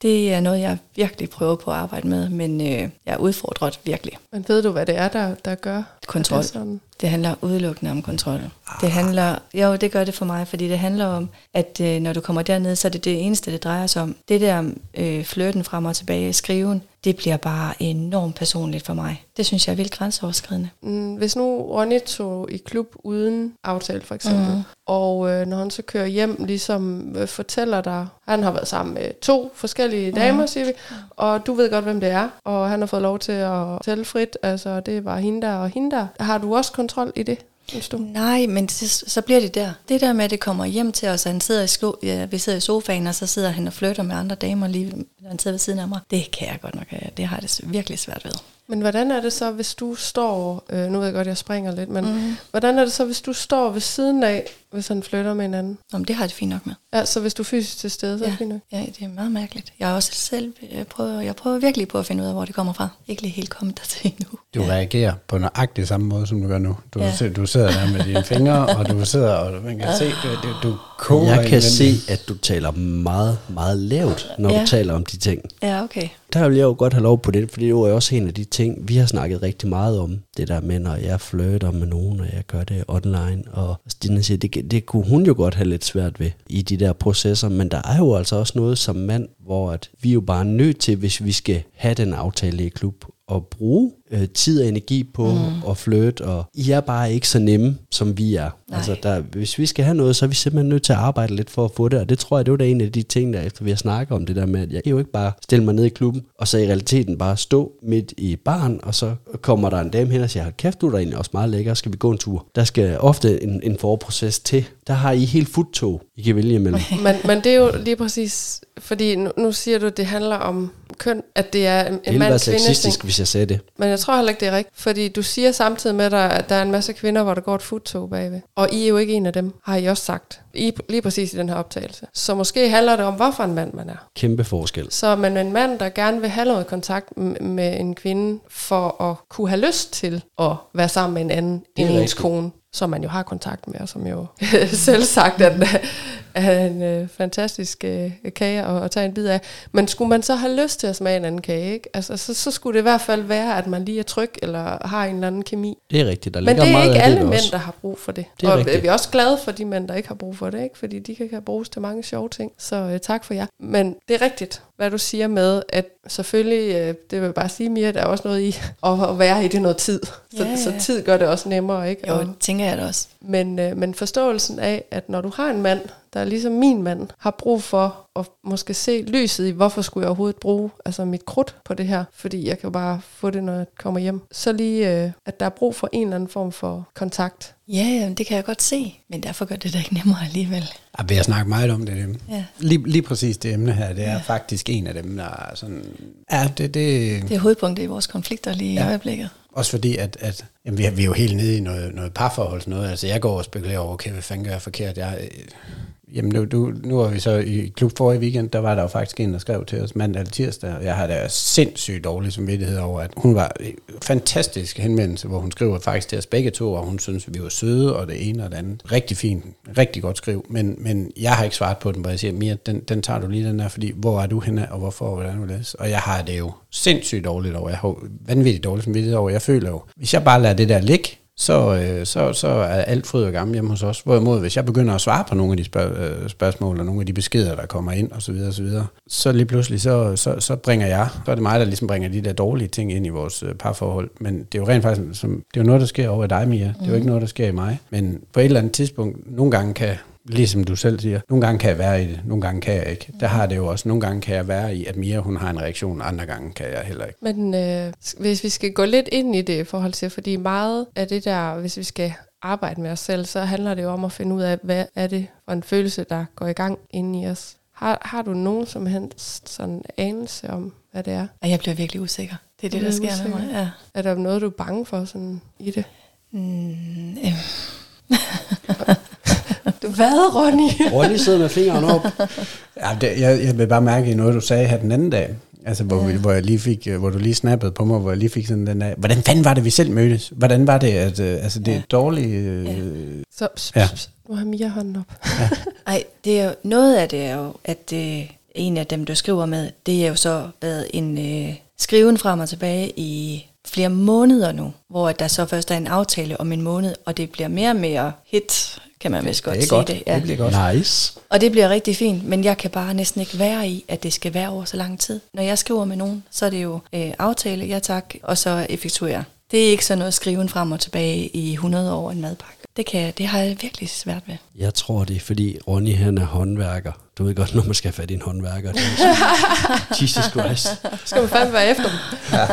Det er noget, jeg virkelig prøver på at arbejde med, men jeg er udfordret virkelig. Men ved du, hvad det er, der gør? Kontrol. Det handler udelukkende om kontrol. Det handler, det gør det for mig, fordi det handler om, at når du kommer derned, så er det eneste, det drejer sig om. Det der flirten frem og tilbage, skriven, det bliver bare enormt personligt for mig. Det synes jeg er vildt grænseoverskridende. Hvis nu Ronny tog i klub uden aftale for eksempel, og når han så kører hjem, ligesom fortæller dig, han har været sammen med 2 forskellige damer, siger vi, og du ved godt, hvem det er, og han har fået lov til at tælle frit, altså det var hende der og hende der. Har du også kontrol i det? Nej, men så bliver det der. Det der med, at det kommer hjem til os, og han sidder vi sidder i sofaen, og så sidder han og flytter med andre damer lige, når han sidder ved siden af mig. Det kan jeg godt nok, det har det virkelig svært ved. Men hvordan er det så, hvis du står, nu ved jeg godt, jeg springer lidt, men hvordan er det så, hvis du står ved siden af, hvis han flytter med en anden? Jamen, det har jeg det fint nok med. Ja, så hvis du er fysisk til stede, så er det fint nok? Ja, det er meget mærkeligt. Jeg er også selv, jeg prøver virkelig på at finde ud af, hvor det kommer fra. Ikke lige helt kommet dertil endnu. Du reagerer på nøjagtig samme måde, som du gør nu. Du sidder der med dine fingre, og du sidder, og man kan se, du koger. Jeg kan se, at du taler meget, meget lavt, når du taler om de ting. Ja, okay. Der vil jeg jo godt have lov på det, fordi det var jo også en af de ting, vi har snakket rigtig meget om. Det der med, når jeg flirter med nogen, og jeg gør det online. Og Stine siger, det kunne hun jo godt have lidt svært ved i de der processer. Men der er jo altså også noget som mand, hvor at vi er jo bare nødt til, hvis vi skal have den aftale i klub, at bruge tid og energi på at flirte, og I er bare ikke så nemme, som vi er. Nej. Altså, hvis vi skal have noget, så er vi simpelthen nødt til at arbejde lidt for at få det, og det tror jeg, det var da en af de ting, der efter vi har snakket om det der med, at jeg kan jo ikke bare stille mig ned i klubben, og så i realiteten bare stå midt i baren, og så kommer der en dame hen og siger, hold kæft, du er da egentlig også meget lækker, skal vi gå en tur? Der skal ofte en forproces til. Der har I helt futtog, I kan vælge imellem. Men det er jo lige præcis, fordi nu siger du, at det handler om køn, at det er en mand-kvinde. Det ville være sexistisk, hvis jeg sagde det. Men jeg tror heller ikke, det er rigtigt, fordi du siger samtidig med dig, at der er en masse kvinder, hvor der går et futtog bagved. Og I er jo ikke en af dem, har I også sagt. Lige præcis i den her optagelse. Så måske handler det om, hvorfor en mand man er. Kæmpe forskel. Så man er en mand, der gerne vil have noget kontakt med en kvinde, for at kunne have lyst til at være sammen med en anden end ens kone, som man jo har kontakt med, og som jo selv sagt er en fantastisk kage at tage en bid af. Men skulle man så have lyst til at smage en anden kage, ikke? Altså, så skulle det i hvert fald være, at man lige er tryg, eller har en eller anden kemi. Det er rigtigt. Men det er ikke alle mænd, der har brug for det. Det er og rigtigt. vi er også glade for de mænd, der ikke har brug for det, ikke? Fordi de kan bruges til mange sjove ting. Så tak for jer. Men det er rigtigt, hvad du siger med, at selvfølgelig, det vil jeg bare sige, Mia, der er også noget i at være i det noget tid. Så tid gør det også nemmere, ikke? Jo, tænker jeg det også. Men forståelsen af, at når du har en mand, der ligesom min mand, har brug for at måske se lyset i, hvorfor skulle jeg overhovedet bruge mit krudt på det her, fordi jeg kan jo bare få det, når jeg kommer hjem. Så lige, at der er brug for en eller anden form for kontakt. Ja, det kan jeg godt se, men derfor gør det da ikke nemmere alligevel. Vi har snakket meget om det. Ja. Lige præcis det emne her, det er faktisk en af dem, der er sådan... Ja, det er hovedpunktet i vores konflikter lige i øjeblikket. Også fordi, at jamen, vi er jo helt nede i noget parforhold. Noget. Altså, jeg går og spekulerer over, okay, hvad fanden gør jeg forkert? Jamen, nu var vi så i klub forrige weekend, der var der jo faktisk en, der skrev til os mandag eller tirsdag, og jeg har da sindssygt dårlig samvittighed over, at hun var en fantastisk henvendelse, hvor hun skriver faktisk til os begge to, og hun synes, vi var søde, og det ene og det andet. Rigtig fint, rigtig godt skriv, men jeg har ikke svaret på den, hvor jeg siger, Mia, den tager du lige den der, fordi hvor er du henne, og hvorfor, og hvordan du læser? Og jeg har det jo sindssygt dårligt over, jeg har vanvittigt dårlig samvittighed over, jeg føler jo, hvis jeg bare lader det der ligge, så er alt fryd og gammel hjemme hos os. Hvorimod, hvis jeg begynder at svare på nogle af de spørgsmål, og nogle af de beskeder, der kommer ind, osv., så lige pludselig, så bringer jeg, så er det mig, der ligesom bringer de der dårlige ting ind i vores parforhold. Men det er jo rent faktisk, det er jo noget, der sker over i dig, Mia. Det er jo ikke noget, der sker i mig. Men på et eller andet tidspunkt, nogle gange kan, ligesom du selv siger, nogle gange kan jeg være i det, nogle gange kan jeg ikke. Der har det jo også, nogle gange kan jeg være i, at Mia, hun har en reaktion, andre gange kan jeg heller ikke. Men hvis vi skal gå lidt ind i det i forhold til, fordi meget af det der, hvis vi skal arbejde med os selv, så handler det jo om at finde ud af, hvad er det for en følelse, der går i gang inde i os. Har du nogen som helst sådan anelse om, hvad det er? Jeg bliver virkelig usikker. Det er det, der sker med mig. Ja. Er der noget, du er bange for sådan i det? Hvad, Ronny? Ronny sidder med fingeren op. Jeg vil bare mærke i noget, du sagde her den anden dag. Altså, hvor du lige snappede på mig, hvor jeg lige fik sådan den dag. Hvordan fanden var det, vi selv mødtes? Hvordan var det, at det er dårligt... Nu har Mia hånden op. Ej, det er jo, noget af det er jo, at en af dem, du skriver med, det er jo så været en skriven frem og tilbage i flere måneder nu, hvor der så først er en aftale om en måned, og det bliver mere og mere hit, kan man vist godt sige det. Ja. Det bliver godt. Nice. Og det bliver rigtig fint, men jeg kan bare næsten ikke være i, at det skal være over så lang tid. Når jeg skriver med nogen, så er det jo aftale, ja tak, og så effektuere. Det er ikke sådan noget skriven frem og tilbage i 100 år en madpakke. Det har jeg virkelig svært ved. Jeg tror, det er fordi Ronny han er håndværker. Du ved godt, når man skal have fat i en håndværker. Jesus Christ. Skal man fandme være efter dem. Ja.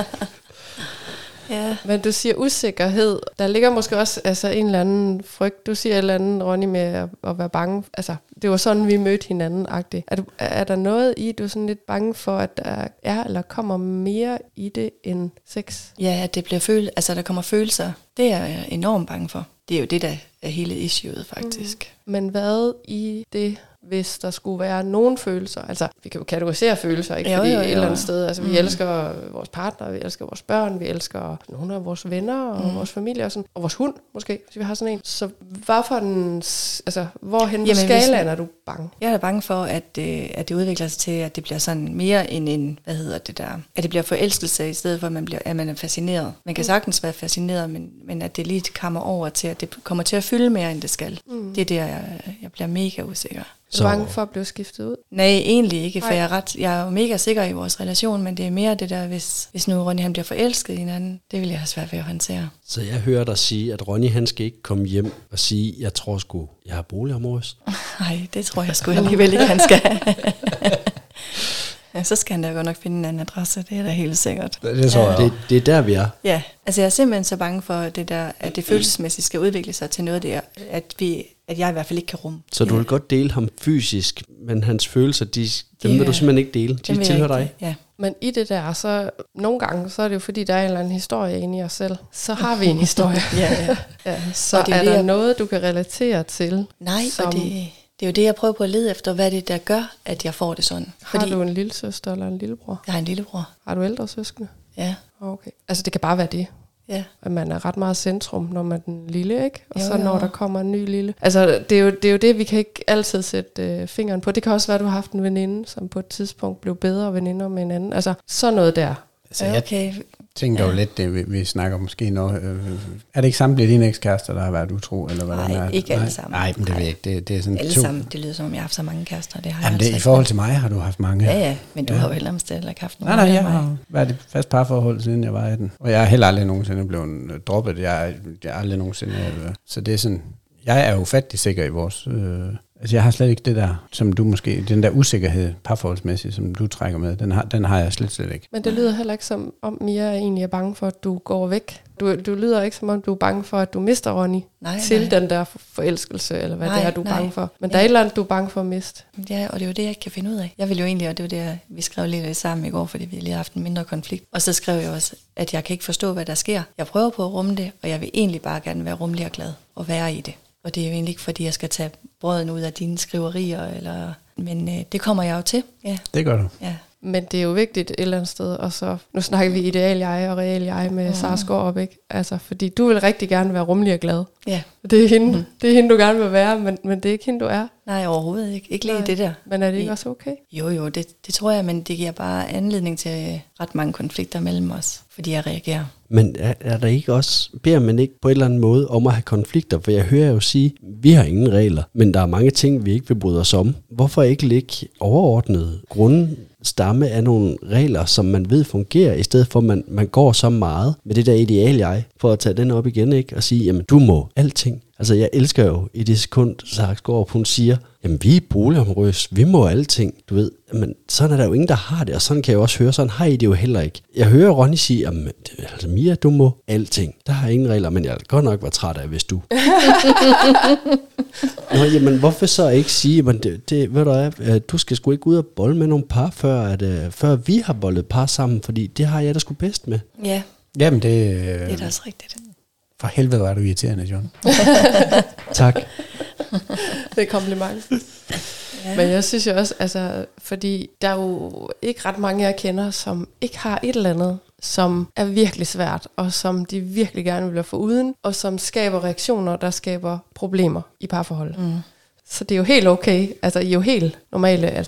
Ja. Men du siger usikkerhed. Der ligger måske også en eller anden frygt. Du siger et eller andet, Ronny, med at være bange. Altså, det var sådan, vi mødte hinanden-agtigt. Er der noget i, du er sådan lidt bange for, at der er eller kommer mere i det end sex? Ja, at det bliver der kommer følelser. Det er jeg enormt bange for. Det er jo det, der er hele issueet, faktisk. Men hvad i det, hvis der skulle være nogen følelser? Altså, vi kan jo kategorisere følelser, ikke? Fordi et eller andet sted, altså vi elsker vores partner, vi elsker vores børn, vi elsker nogle af vores venner og vores familie og sådan, og vores hund måske, hvis vi har sådan en. Så hvorhen på skalaen er du bange? Jeg er bange for, at det udvikler sig til, at det bliver sådan mere end en, at det bliver forelskelse i stedet for, at man er fascineret. Man kan sagtens være fascineret, men at det lige kommer over til, at det kommer til at fylde mere, end det skal. Det er der, jeg bliver mega usikker. Er du bange for at blive skiftet ud? Nej, egentlig ikke, for jeg er jo mega sikker i vores relation, men det er mere det der, hvis nu Ronny han bliver forelsket i hinanden, det vil jeg have svært ved at håndtere. Så jeg hører dig sige, at Ronny han skal ikke komme hjem og sige, jeg tror sgu, jeg har boligområdet. Nej, det tror jeg sgu alligevel ikke, han skal. Ja, så skal han da godt nok finde en anden adresse, det er da helt sikkert. Det tror jeg. Det er der, vi er. Ja, altså jeg er simpelthen så bange for det der, at det følelsesmæssigt skal udvikle sig til noget der, at jeg i hvert fald ikke kan rumme. Så du vil godt dele ham fysisk, men hans følelser, dem vil du simpelthen ikke dele. De tilhører dig. Ja. Men i det der, så nogle gange, så er det jo fordi, der er en eller anden historie inde i os selv. Så har vi en historie. Ja. Så og det er der noget, du kan relatere til? Nej, og det er jo det, jeg prøver på at lede efter. Hvad er det, der gør, at jeg får det sådan? Har du en lille søster eller en lillebror? Jeg har en lillebror. Har du ældre søskende? Ja. Okay. Altså det kan bare være det. Ja. At man er ret meget centrum, når man er den lille, ikke? Og så når der kommer en ny lille. Altså det er jo det, vi kan ikke altid sætte fingeren på. Det kan også være, at du har haft en veninde, som på et tidspunkt blev bedre veninder med en anden. Altså sådan noget der. Så jeg tænker jo lidt, det vi snakker måske noget. Er det ikke samtlige dine ekskærester, der har været utro? Eller hvad? Nej, ikke alle sammen. Nej, men det ved jeg ikke. Det er sådan alle sammen, det lyder som om, jeg har haft så mange kærester. Det har jeg i forhold til mig har du haft mange. Ja, men du har jo heller ikke haft nogen. Nej, jeg har været i fast parforhold, siden jeg var 18. Og jeg er heller aldrig nogensinde blevet droppet. Jeg er aldrig nogensinde. Så det er sådan, jeg er jo ufattelig sikker i vores... Altså jeg har slet ikke det der, som du måske, den der usikkerhed parforholdsmæssigt, som du trækker med, den har jeg slet ikke. Men det lyder heller ikke som om Mia egentlig er bange for, at du går væk. Du lyder ikke som om, du er bange for, at du mister Ronny til den der forelskelse, eller hvad det er, du er bange for. Men der er et eller andet, du er bange for at miste. Ja, og det er jo det, jeg ikke kan finde ud af. Jeg vil jo egentlig, og det var det, vi skrev lidt sammen i går, fordi vi lige har haft en mindre konflikt. Og så skrev jeg også, at jeg kan ikke forstå, hvad der sker. Jeg prøver på at rumme det, og jeg vil egentlig bare gerne være rummelig og glad og være i det. Og det er jo egentlig ikke, fordi jeg skal tage brøden ud af dine skriverier, men det kommer jeg jo til. Ja. Det gør du. Ja. Men det er jo vigtigt et eller andet sted, og så, nu snakker vi ideal-jeg og real-jeg med Sara Skaarup, ikke? Altså, fordi du vil rigtig gerne være rummelig og glad. Ja. Det er hende, du gerne vil være, men det er ikke hende, du er. Nej, overhovedet ikke. Ikke lige det der. Men er det ikke også okay? Jo, det tror jeg, men det giver bare anledning til ret mange konflikter mellem os, fordi jeg reagerer. Men er der ikke også, beder man ikke på en eller anden måde om at have konflikter? For jeg hører jo sige, vi har ingen regler, men der er mange ting, vi ikke vil bryde os om. Hvorfor ikke lægge overordnet grundstamme af nogle regler, som man ved fungerer, i stedet for at man går så meget med det der ideal-jeg, for at tage den op igen, ikke? Og sige, jamen du må alting. Altså jeg elsker jo i det sekund, Sara Skaarup, hun siger, jamen vi er boligområdet, vi må alting, du ved. Men sådan er der jo ingen, der har det, og sådan kan jeg jo også høre, sådan har I det jo heller ikke. Jeg hører Ronny sige, jamen altså Mia, du må alting. Der har ingen regler, men jeg vil godt nok være træt af, hvis du. Nå, jamen hvorfor så ikke sige, jamen det ved du hvad, du skal sgu ikke ud og bolle med nogle par, før vi har bollet par sammen, fordi det har jeg da sgu bedst med. Ja. Jamen det er da også rigtigt. For helvede var du irriterende, John. Tak. Det er kompliment. Ja. Men jeg synes jo også, altså, fordi der er jo ikke ret mange, jeg kender, som ikke har et eller andet, som er virkelig svært, og som de virkelig gerne vil være foruden, og som skaber reaktioner, der skaber problemer i parforhold. Så det er jo helt okay, altså I er jo helt normale, altså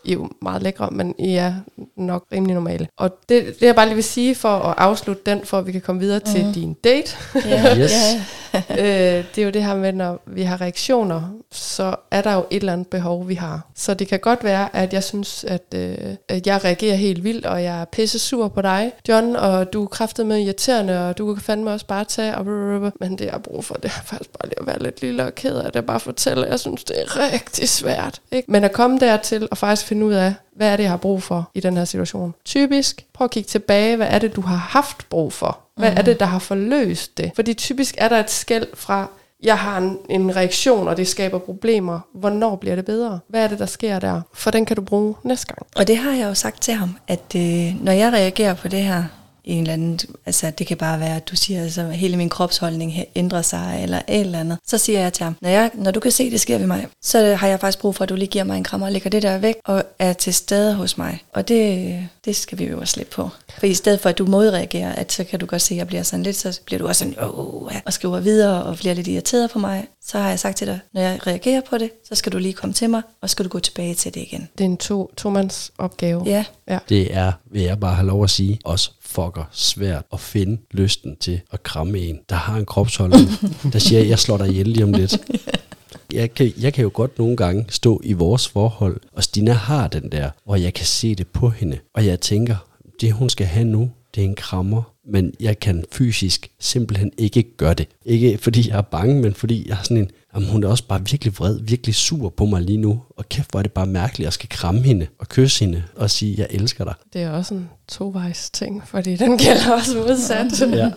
I er jo meget lækre, men I er nok rimelig normale. Og det jeg bare lige vil sige, for at afslutte den, for at vi kan komme videre til din date. Yes. Det er jo det her med, når vi har reaktioner, så er der jo et eller andet behov, vi har. Så det kan godt være, at jeg synes, at jeg reagerer helt vildt, og jeg er pisse sur på dig, John, og du er kraftedeme irriterende, og du kan fandme også bare tage, og men det jeg har brug for, det er faktisk bare lige at være lidt lille og ked af det, bare fortælle, jeg synes, det er rigtig svært. Ikke? Men at komme dertil og faktisk finde ud af, hvad er det, jeg har brug for i den her situation. Typisk, prøv at kigge tilbage, hvad er det, du har haft brug for? Hvad er det, der har forløst det? Fordi typisk er der et skel fra, jeg har en reaktion, og det skaber problemer. Hvornår bliver det bedre? Hvad er det, der sker der? For den kan du bruge næste gang. Og det har jeg jo sagt til ham, at når jeg reagerer på det her, i en eller anden, altså det kan bare være, at du siger, altså hele min kropsholdning ændrer sig, eller et eller andet. Så siger jeg til ham, når du kan se, det sker ved mig, så har jeg faktisk brug for, at du lige giver mig en krammer og lægger det der væk, og er til stede hos mig. Og det skal vi jo også slippe på. For i stedet for, at du modreagerer, at så kan du godt se, at jeg bliver sådan lidt, så bliver du også sådan, og skriver videre, og bliver lidt irriteret på mig. Så har jeg sagt til dig, når jeg reagerer på det, så skal du lige komme til mig, og skal du gå tilbage til det igen. Det er en tomands opgave. Ja. Det er, vil jeg bare have lov at sige, også fucker svært at finde lysten til at kramme en, der har en kropsholdning, der siger, jeg slår dig ihjel lige om lidt. Jeg kan jo godt nogle gange stå i vores forhold, og Stina har den der, og jeg kan se det på hende, og jeg tænker, det hun skal have nu, det er en krammer, men jeg kan fysisk simpelthen ikke gøre det. Ikke fordi jeg er bange, men fordi jeg er sådan hun er også bare virkelig vred, virkelig sur på mig lige nu, og kæft, hvor er det bare mærkeligt, at jeg skal kramme hende og kysse hende og sige, jeg elsker dig. Det er også en tovejs ting, fordi den gælder også modsat. Ja.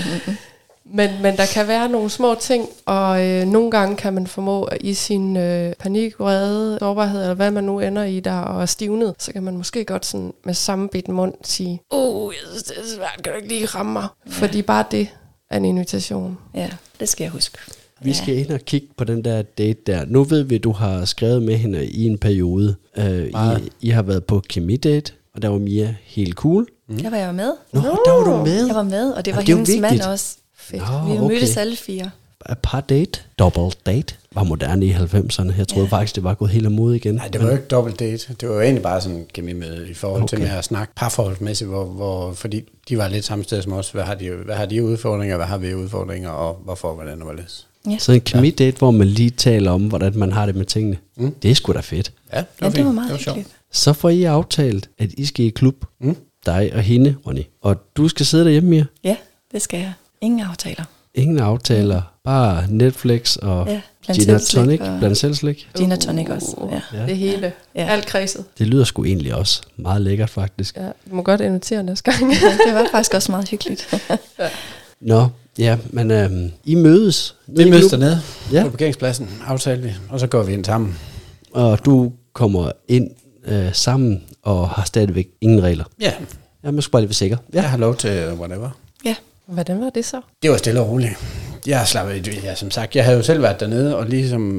Men der kan være nogle små ting, og nogle gange kan man formå i sin panik, vrede, sårbarhed, eller hvad man nu ender i der, og er stivnet, så kan man måske godt sådan med sammenbidt mund sige, jeg synes, det er svært, kan du ikke lige ramme mig? Ja. Fordi bare det er en invitation. Ja, det skal jeg huske. Vi skal ind og kigge på den der date der. Nu ved vi, at du har skrevet med hende i en periode. I har været på kemidate, og der var Mia helt cool. Der var jeg med. Nå, der var du med. Jeg var med, og det var det hendes mand også. Fedt. Vi mødtes alle 4. Par date, double date, var moderne i 90'erne. Jeg troede faktisk, det var gået helt amod igen. Nej, det var jo ikke double date. Det var jo egentlig bare sådan en kemimøde i forhold til med at snakke parforholdsmæssigt, fordi de var lidt samme sted som os. Hvad har de udfordringer, hvad har vi udfordringer, og hvorfor, hvordan og hvorledes. Ja. Så en kemidate, hvor man lige taler om, hvordan man har det med tingene. Det er sgu da fedt. Ja, det var meget hyggeligt. Så får I aftalt, at I skal i klub. Dig og hende, Ronny. Og du skal sidde derhjemme, Mia. Ja, det skal jeg. Ingen aftaler. Ingen aftaler. Bare Netflix og gin and tonic. Blandt selv slik. Gin and tonic også. Ja. Det hele. Ja. Alt kredset. Det lyder sgu egentlig også meget lækkert, faktisk. Ja, du må godt invitere næste gang. Det var faktisk også meget hyggeligt. Nå, ja, men I mødes. Vi mødes dernede på parkeringspladsen, aftalte vi, og så går vi ind sammen. Og du kommer ind sammen og har stadigvæk ingen regler. Ja. Jeg skal bare lige være sikker. Jeg har lov til whatever. Ja. Hvordan var det så? Det var stille og roligt. Jeg slappede, som sagt, jeg havde jo selv været dernede og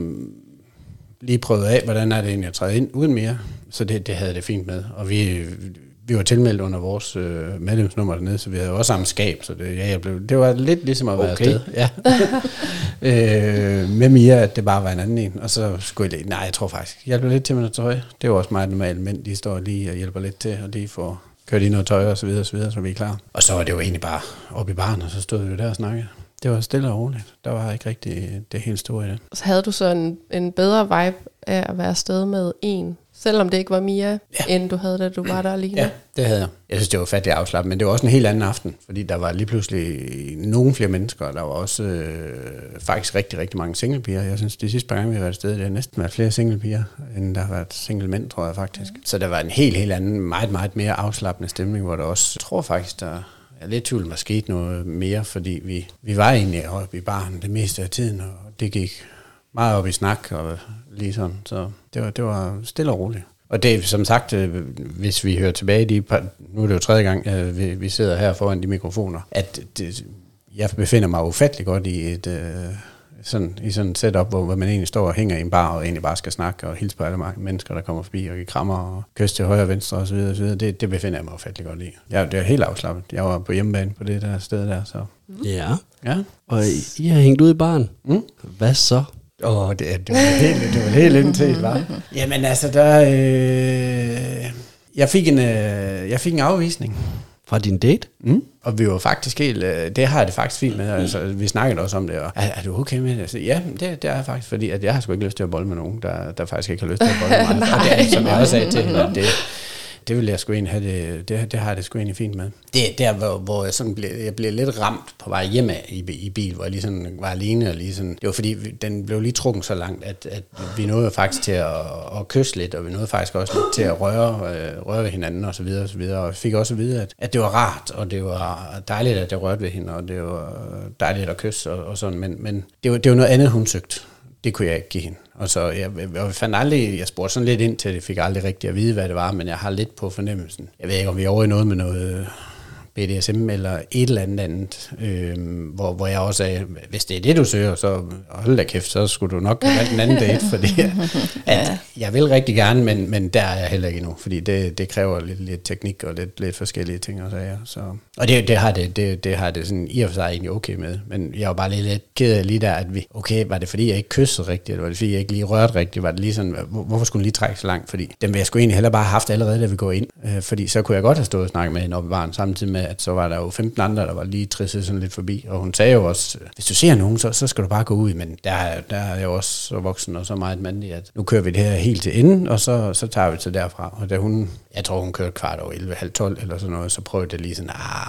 lige prøvet af, hvordan er det egentlig at træde ind uden mere. Så det havde det fint med. Og vi var tilmeldt under vores medlemsnummer dernede, så vi havde også samme skab. Så det var lidt ligesom at være afsted. Ja. Med Mia, at det bare var en anden en. Og så skulle jeg tror faktisk, jeg blev lidt til med noget tøj. Det var også meget normalt, men de står lige og hjælper lidt til, og de får kørt i noget tøj og så videre, så vi er klar. Og så var det jo egentlig bare oppe i baren, og så stod vi jo der og snakkede. Det var stille og roligt. Der var ikke rigtig det helt store i det. Så havde du så en bedre vibe af at være afsted med en, selvom det ikke var Mia, end du havde, da du var der alene? Ja, det havde jeg. Jeg synes, det var fattigt afslappet, men det var også en helt anden aften, fordi der var lige pludselig nogle flere mennesker, og der var også faktisk rigtig, rigtig mange singlepiger. Jeg synes, de sidste par gange, vi har været afsted, det har næsten været flere singlepiger, end der har været single mænd, tror jeg faktisk. Så der var en helt anden, meget, meget mere afslappende stemning, hvor der også, jeg tror faktisk, der er lidt tvivl, der skete noget mere, fordi vi var egentlig oppe i baren det meste af tiden, og det gik meget op i snak, og lige sådan, så det var stille og roligt. Og det er som sagt, hvis vi hører tilbage, nu er det jo tredje gang, vi sidder her foran de mikrofoner, at jeg befinder mig ufattelig godt i sådan et setup, hvor man egentlig står og hænger i en bar, og egentlig bare skal snakke og hilse på alle mennesker, der kommer forbi, og give krammer og kysse til højre og venstre osv. Det befinder jeg mig ufattelig godt i. Det er helt afslappet. Jeg var på hjemmebane på det der sted der, så. Ja. Og I har hængt ud i baren. Hvad så? Det var helt indtil, var. Jamen altså, jeg fik en afvisning. Fra din date? Og vi var faktisk helt, det har jeg det faktisk fint med, altså vi snakkede også om det, og er du okay med det? Altså, ja, det er jeg faktisk, fordi at jeg har sgu ikke lyst til at bolle med nogen, der faktisk ikke har lyst til at bolle med mig. Og det er, som jeg også sagde til hende, det vil jeg sgu egentlig have det har jeg det sgu egentlig fint med. Det er der, hvor jeg sådan jeg blev lidt ramt på vej hjem i bil, hvor jeg lige sådan var alene, og lige sådan, det var fordi, den blev lige trukket så langt, at vi nåede faktisk til at kysse lidt, og vi nåede faktisk også lidt til at røre ved hinanden, og så videre, og fik også at vide, at det var rart, og det var dejligt, at jeg rørte ved hende, og det var dejligt at kysse, og sådan, men det var noget andet, hun søgte. Det kunne jeg ikke give hende. Og så jeg fandt aldrig, jeg spurgte sådan lidt ind til det, fik aldrig rigtig at vide, hvad det var, men jeg har lidt på fornemmelsen. Jeg ved ikke, om vi er over i noget med noget BDSM eller et eller andet, hvor jeg også sagde, hvis det er det, du søger, så hold da kæft, så skulle du nok have valgt en anden date, fordi at jeg vil rigtig gerne, men der er jeg heller ikke endnu, fordi det kræver lidt teknik og lidt forskellige ting og sager. Så. Og det har det sådan i og for sig egentlig okay med, men jeg var bare lidt ked af lige der, at var det fordi, jeg ikke kyssede rigtigt, eller var det fordi, jeg ikke lige rørte rigtigt, var det lige sådan, hvorfor skulle den lige trække så langt, fordi den ville jeg sgu egentlig heller bare have haft allerede, da vi går ind, fordi så kunne jeg godt have stået og snakket med hende oppe i baren, samtidig med, at så var der jo 15 andre, der var lige trisset sådan lidt forbi, og hun sagde jo også, hvis du ser nogen, så skal du bare gå ud, men der er jeg jo også så voksen og så meget mandig, at nu kører vi det her helt til enden, og så tager vi til derfra, og da jeg tror hun kørte 11:30 eller sådan noget, så prøvede det lige sådan,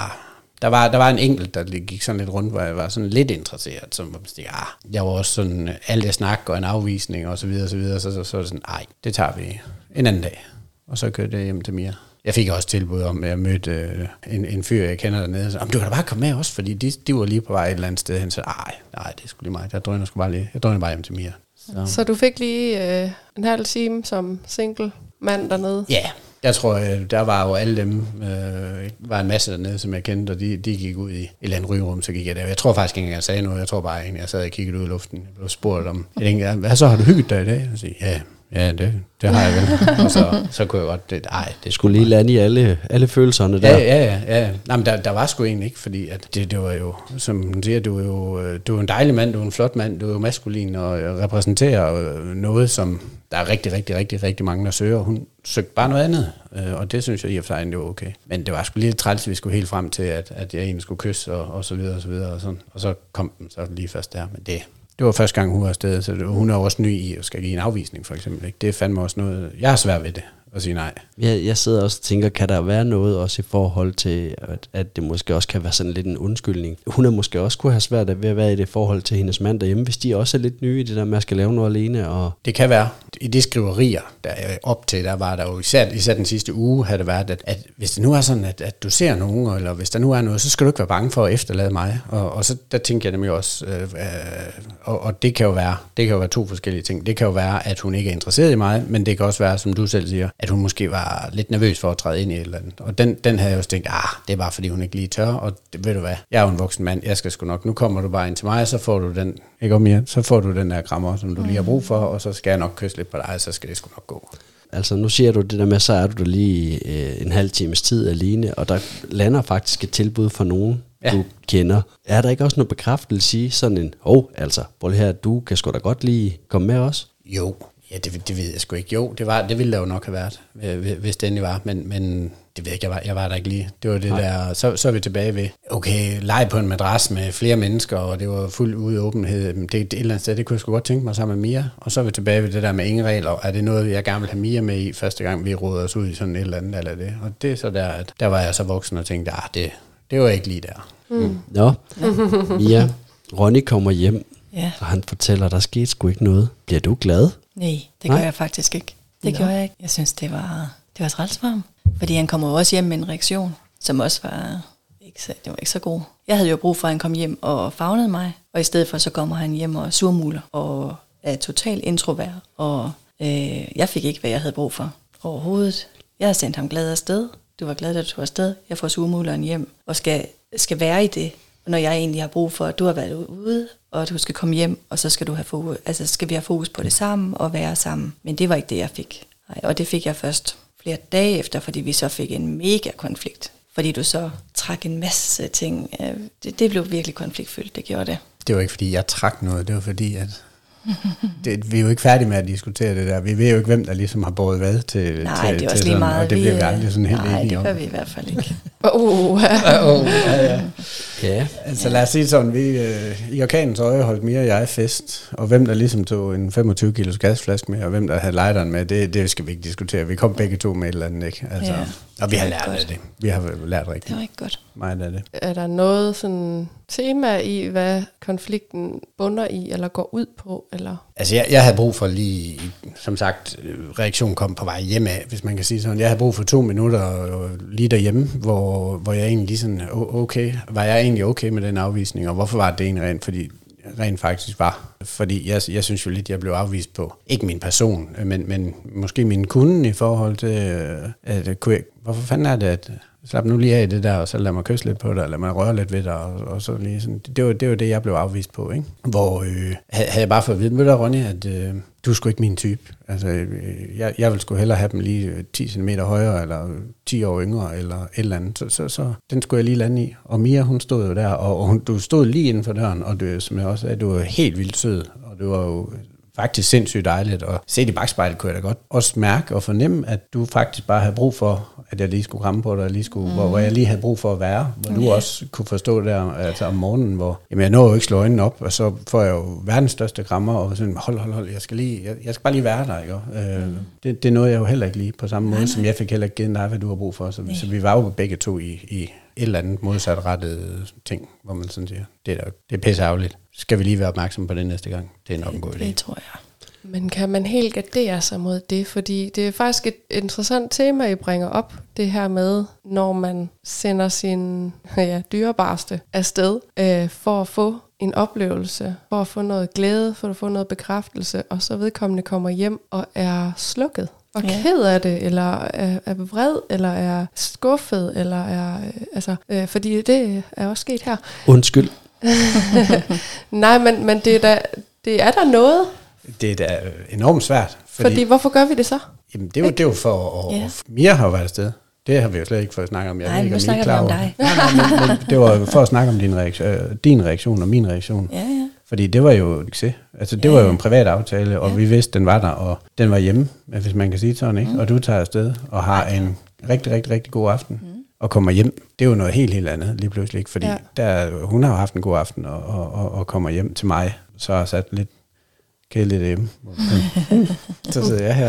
der var en enkelt, der gik sådan lidt rundt, hvor jeg var sådan lidt interesseret, som jeg var også sådan, alt det snak og en afvisning og så videre, så er det sådan, det tager vi en anden dag, og så kørte jeg hjem til Mia. Jeg fik også tilbud om, at jeg mødte en fyr, jeg kender dernede, så du kan da bare komme med også, fordi de var lige på vej et eller andet sted hen, så nej, det er sgu lige mig, jeg drøner bare hjem til Mia. Så du fik lige en halv time som single mand dernede? Ja, jeg tror, der var jo alle dem, var en masse dernede, som jeg kendte, og de gik ud i et eller andet rygerum, så gik jeg der. Jeg tror faktisk ikke, jeg sagde noget, jeg tror bare, at jeg sad og kiggede ud i luften. Jeg blev spurgt om, jeg tænkte, hvad så, har du hygget dig i dag? Jeg siger, ja, det har jeg vel. Og så kunne jeg godt, det skulle lige lande i alle følelserne der. Ja. Nej, men der var sgu egentlig ikke, fordi at det var jo, som man siger, du er en dejlig mand, du er en flot mand, du er jo maskulin og repræsenterer noget, som der er rigtig, rigtig, rigtig, rigtig mange, der søger. Hun søgte bare noget andet, og det synes jeg i og for sig egentlig var okay. Men det var sgu lige træls, at vi skulle helt frem til, at jeg egentlig skulle kysse og så videre og så videre og sådan. Og så kom den så lige først der, men det var første gang, hun var afsted, så hun er også ny i at skal give en afvisning, for eksempel. Ikke? Det er fandme også noget, jeg er svært ved det, at sige nej. Jeg sidder også og tænker, kan der være noget også i forhold til, at det måske også kan være sådan lidt en undskyldning. Hun er måske også kunne have svært ved at være i det forhold til hendes mand derhjemme, hvis de også er lidt nye i det der med at skal lave noget alene. Og det kan være. I de skriverier, der er op til, der var der jo især den sidste uge, havde det været, at hvis det nu er sådan, at du ser nogen, eller hvis der nu er noget, så skal du ikke være bange for at efterlade mig. Og så der tænker jeg nemlig også, og det kan jo være to forskellige ting. Det kan jo være, at hun ikke er interesseret i mig, men det kan også være, som du selv siger, at hun måske var lidt nervøs for at træde ind i et eller andet. Og den havde jeg jo tænkt, det er bare fordi hun ikke lige tør, og det, ved du hvad, jeg er jo en voksen mand, jeg skal sgu nok, nu kommer du bare ind til mig, så får du den, ikke om så får du den der krammer, som du lige har brug for, og så skal jeg nok kysse lidt på dig, så skal det sgu nok gå. Altså nu siger du det der med, så er du der lige en halv times tid alene, og der lander faktisk et tilbud for nogen, du kender. Er der ikke også noget bekræftelse i sådan en, prøv her, du kan sgu da godt lige komme med os? Jo. Ja, det ved jeg sgu ikke. Jo, det ville der jo nok have været, hvis det endelig var, men det ved jeg ikke, jeg var der ikke lige. Det var det der, så er vi tilbage ved, okay, lege på en madras med flere mennesker, og det var fuld ude åbenhed. Det et eller andet sted, det kunne jeg sgu godt tænke mig sammen med Mia, og så er vi tilbage ved det der med ingen regler. Er det noget, jeg gerne vil have Mia med i, første gang vi rådede os ud i sådan et eller andet, eller det? Og det er så der, at der var jeg så voksen og tænkte, det var ikke lige der. Nå, Mia, Ronny kommer hjem, ja. Og han fortæller, der skete sgu ikke noget. Bliver du glad? Nej, det gør jeg faktisk ikke. Det gjorde jeg ikke. Jeg synes, det var træls for ham. Fordi han kommer jo også hjem med en reaktion, som også var ikke så god. Jeg havde jo brug for, at han kom hjem og favnede mig, og i stedet for, så kommer han hjem og surmuler, og er totalt introvert, og jeg fik ikke, hvad jeg havde brug for overhovedet. Jeg havde sendt ham glad afsted. Du var glad, at du var afsted. Jeg får surmuleren hjem, og skal være i det, når jeg egentlig har brug for, at du har været ude, og du skal komme hjem, og så skal du have fokus, altså skal vi have fokus på det sammen og være sammen. Men det var ikke det, jeg fik. Nej, og det fik jeg først flere dage efter, fordi vi så fik en mega konflikt. Fordi du så trak en masse ting. Det blev virkelig konfliktfyldt, det gjorde det. Det var ikke, fordi jeg trak noget, det var fordi, at vi er jo ikke færdige med at diskutere det der. Vi ved jo ikke, hvem der ligesom har båret hvad til. Nej, til, det er også til lige sådan, meget. og det bliver vi aldrig sådan helt nej, enige om. det gør vi i hvert fald ikke. Ja. Altså lad os sige sådan, vi i orkanens øje holdt Mia og jeg fest, og hvem der ligesom tog en 25 kilos gasflaske med, og hvem der havde lighteren med, det skal vi ikke diskutere. Vi kom begge to med et eller andet, ikke? Altså, og vi har lært af det. Vi har lært rigtig Det var ikke godt. meget af det. Er der noget sådan tema i, hvad konflikten bunder i, eller går ud på? Eller? Altså jeg havde brug for lige, som sagt, reaktionen kom på vej hjem af, hvis man kan sige sådan. Jeg havde brug for 2 minutter lige derhjemme, hvor jeg egentlig lige sådan, okay, var jeg egentlig okay med den afvisning, og hvorfor var det egentlig rent faktisk var? Fordi jeg synes jo lidt, jeg blev afvist på, ikke min person, men måske min kunde i forhold til, hvorfor fanden er det, at slap nu lige af det der, og så lad mig kysse lidt på dig, eller man røre lidt ved dig, og så lige sådan. Det var det, jeg blev afvist på, ikke? Hvor havde jeg bare fået at vide, ved du, Ronny, at du er sgu ikke min type. Altså, jeg vil sgu hellere have dem lige 10 cm højere, eller 10 år yngre, eller et eller andet. Så den skulle jeg lige lande i. Og Mia, hun stod jo der, og du stod lige inden for døren, og du, som jeg også sagde, du var helt vildt sød, og det var jo faktisk sindssygt dejligt, og set i bagspejlet kunne jeg da godt også mærke og fornemme, at du faktisk bare havde brug for, at jeg lige skulle ramme på dig, lige skulle, hvor jeg lige havde brug for at være, hvor du også kunne forstå der, altså om morgenen, hvor jeg når jo ikke slå øjnene op, og så får jeg jo verdens største krammer, og sådan, hold, jeg skal bare lige være der, ikke? Det nåede jeg jo heller ikke lige på samme måde, som jeg fik heller ikke givet dig, hvad du har brug for, så vi var jo begge to i et eller andet modsatrettet ting, hvor man sådan siger, det er pisseærgerligt. Skal vi lige være opmærksom på det næste gang? Det er nok en god idé. Det tror jeg. Men kan man helt gardere sig mod det? Fordi det er faktisk et interessant tema, I bringer op. Det her med, når man sender sin dyrebarste afsted for at få en oplevelse, for at få noget glæde, for at få noget bekræftelse, og så vedkommende kommer hjem og er slukket. Og ked af det, eller er vred, eller er skuffet, eller er... fordi det er også sket her. Undskyld. Nej, men det er der noget. Det er da enormt svært. Fordi hvorfor gør vi det så? Jamen, det er jo for at... Mia har jo været afsted. Det har vi jo slet ikke fået at snakke om. Nej, nu snakker vi om dig. Nej, men det var for at snakke om din reaktion og min reaktion. Ja. Fordi det var jo en succes. Altså, det var jo en privat aftale, og vi vidste, den var der, og den var hjemme, hvis man kan sige sådan, ikke? Og du tager afsted og har en rigtig, rigtig, rigtig god aften. Og kommer hjem. Det er jo noget helt andet lige pludselig, ikke? Fordi hun har jo haft en god aften og kommer hjem til mig, så har sat lidt kedeligt hjemme. Så sidder jeg her.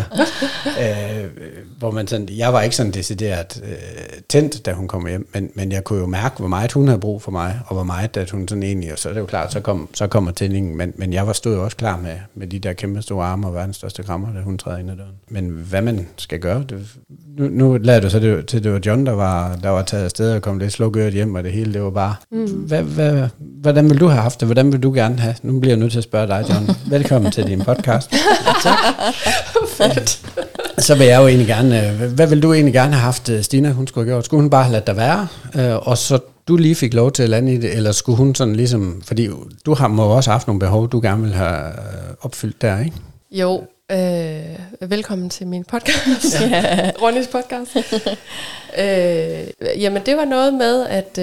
Hvor man sådan, jeg var ikke sådan decideret tændt, da hun kom hjem, men jeg kunne jo mærke, hvor meget hun havde brug for mig, og hvor meget, at hun sådan egentlig, og så er det jo klart, så kommer tændingen, men jeg stod jo også klar med de der kæmpe store arme og verdens største krammer, da hun træder ind ad døren. Men hvad man skal gøre, nu lader du så det var John, der var taget afsted og kom lidt slukøret hjem, og det hele, det var bare, hvordan vil du have haft det? Hvordan vil du gerne have? Nu bliver jeg nødt til at spørge dig, John. Velkommen til din podcast. Tak. Fedt. Så vil jeg jo egentlig gerne, hvad vil du egentlig gerne have haft, Stina, hun skulle have gjort? Skulle hun bare have ladet dig være, og så du lige fik lov til at lande i det, eller skulle hun sådan ligesom, fordi du må også have haft nogle behov, du gerne vil have opfyldt der, ikke? Jo, velkommen til min podcast, Ronnys podcast. Jamen det var noget med, at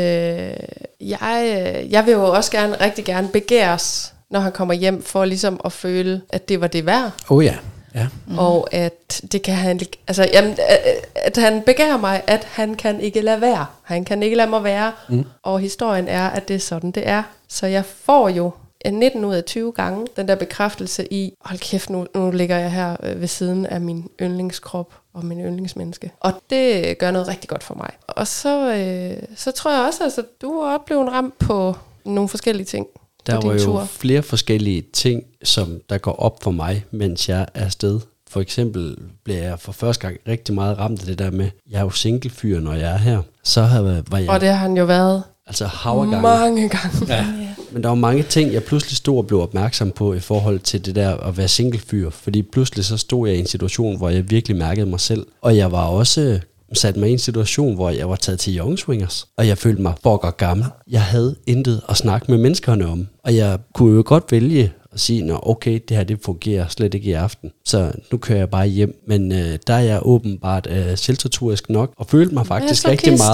jeg vil jo også rigtig gerne begæres, når han kommer hjem, for ligesom at føle, at det var det værd. Ja. Og at det kan han, altså, at han begærer mig, at han kan ikke lade være. Han kan ikke lade mig være. Og historien er, at det er sådan, det er. Så jeg får jo 19 ud af 20 gange den der bekræftelse i, hold kæft, nu ligger jeg her ved siden af min yndlingskrop og min yndlingsmenneske. Og det gør noget rigtig godt for mig. Og så tror jeg også, altså, du har oplevet en ramt på nogle forskellige ting. Der var jo flere forskellige ting, som der går op for mig, mens jeg er afsted. For eksempel bliver jeg for første gang rigtig meget ramt af det der med, jeg er jo singlefyr, når jeg er her. Så var jeg... Og det har han jo været altså mange gange. Ja. Men der var mange ting, jeg pludselig stod og blev opmærksom på i forhold til det der at være singlefyr. Fordi pludselig så stod jeg i en situation, hvor jeg virkelig mærkede mig selv. Og jeg var også sat mig i en situation, hvor jeg var taget til Young Swingers, og jeg følte mig fucker gammel. Jeg havde intet at snakke med menneskerne om, og jeg kunne jo godt vælge at sige, nå okay, det her det fungerer slet ikke i aften, så nu kører jeg bare hjem. Men der er jeg åbenbart selvtorturisk nok, og følte mig faktisk rigtig meget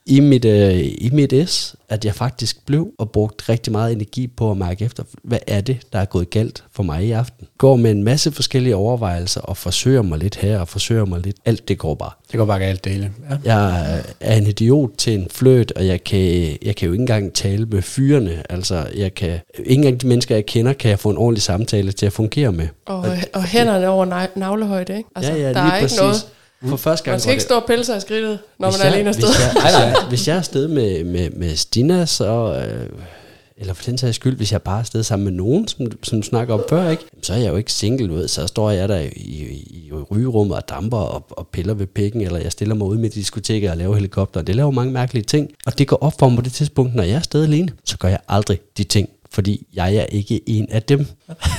i mit S, at jeg faktisk blev og brugt rigtig meget energi på at mærke efter, hvad er det, der er gået galt for mig i aften. Går med en masse forskellige overvejelser og forsøger mig lidt her og forsøger mig lidt. Alt det går bare. Det går bare galt det hele. Ja. Jeg er en idiot til en fløjt, og jeg kan jo ikke engang tale med fyrene. Altså, ikke engang de mennesker, jeg kender, kan jeg få en ordentlig samtale til at fungere med. Og hænderne over navlehøjde, ikke? Altså, ja, der lige er præcis. Ikke noget. For første gang man skal ikke stå og pille sig i skridtet, når man er alene afsted. Hvis jeg er afsted med Stina, så... eller for den sags skyld, hvis jeg bare er afsted sammen med nogen, som snakker om før, ikke? Så er jeg jo ikke single, ved. Så står jeg der i rygerummet og damper og piller ved pikken, eller jeg stiller mig ud med diskoteket og laver helikopter. Det laver mange mærkelige ting. Og det går op for mig på det tidspunkt, når jeg er afsted alene, så gør jeg aldrig de ting, fordi jeg er ikke en af dem.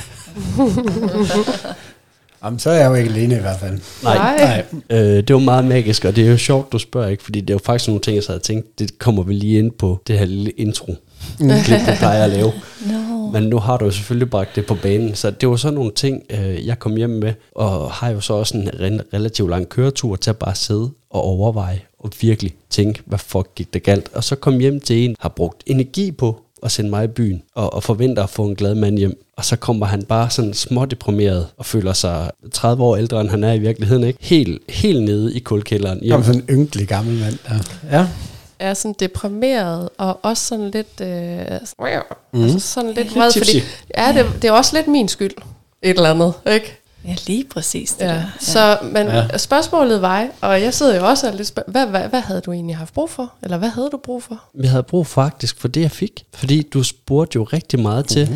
Jamen, så er jeg jo ikke alene i hvert fald. Nej. Det var meget magisk, og det er jo sjovt, du spørger, ikke? Fordi det er jo faktisk nogle ting, jeg så havde tænkt, det kommer vi lige ind på det her lille intro. Klip, du plejer at lave. No. Men nu har du jo selvfølgelig bragt det på banen, så det var sådan nogle ting, jeg kom hjem med, og har jo så også en relativt lang køretur til at bare sidde og overveje, og virkelig tænke, hvad fuck gik det galt. Og så kom hjem til en, har brugt energi på at sende mig i byen, og forventer at få en glad mand hjem. Og så kommer han bare sådan smådeprimeret, og føler sig 30 år ældre, end han er i virkeligheden, ikke? Helt nede i kulkælderen. Som sådan en ynkelig gammel mand. Ja. Er sådan deprimeret, og også sådan lidt, altså sådan lidt vred, fordi det er også lidt min skyld, et eller andet, ikke? Ja, lige præcis det ja. der. Ja. Så, men spørgsmålet var, og jeg sidder jo også og lidt hvad havde du egentlig haft brug for? Eller hvad havde du brug for? Jeg havde brug faktisk for det, jeg fik. Fordi du spurgte jo rigtig meget til.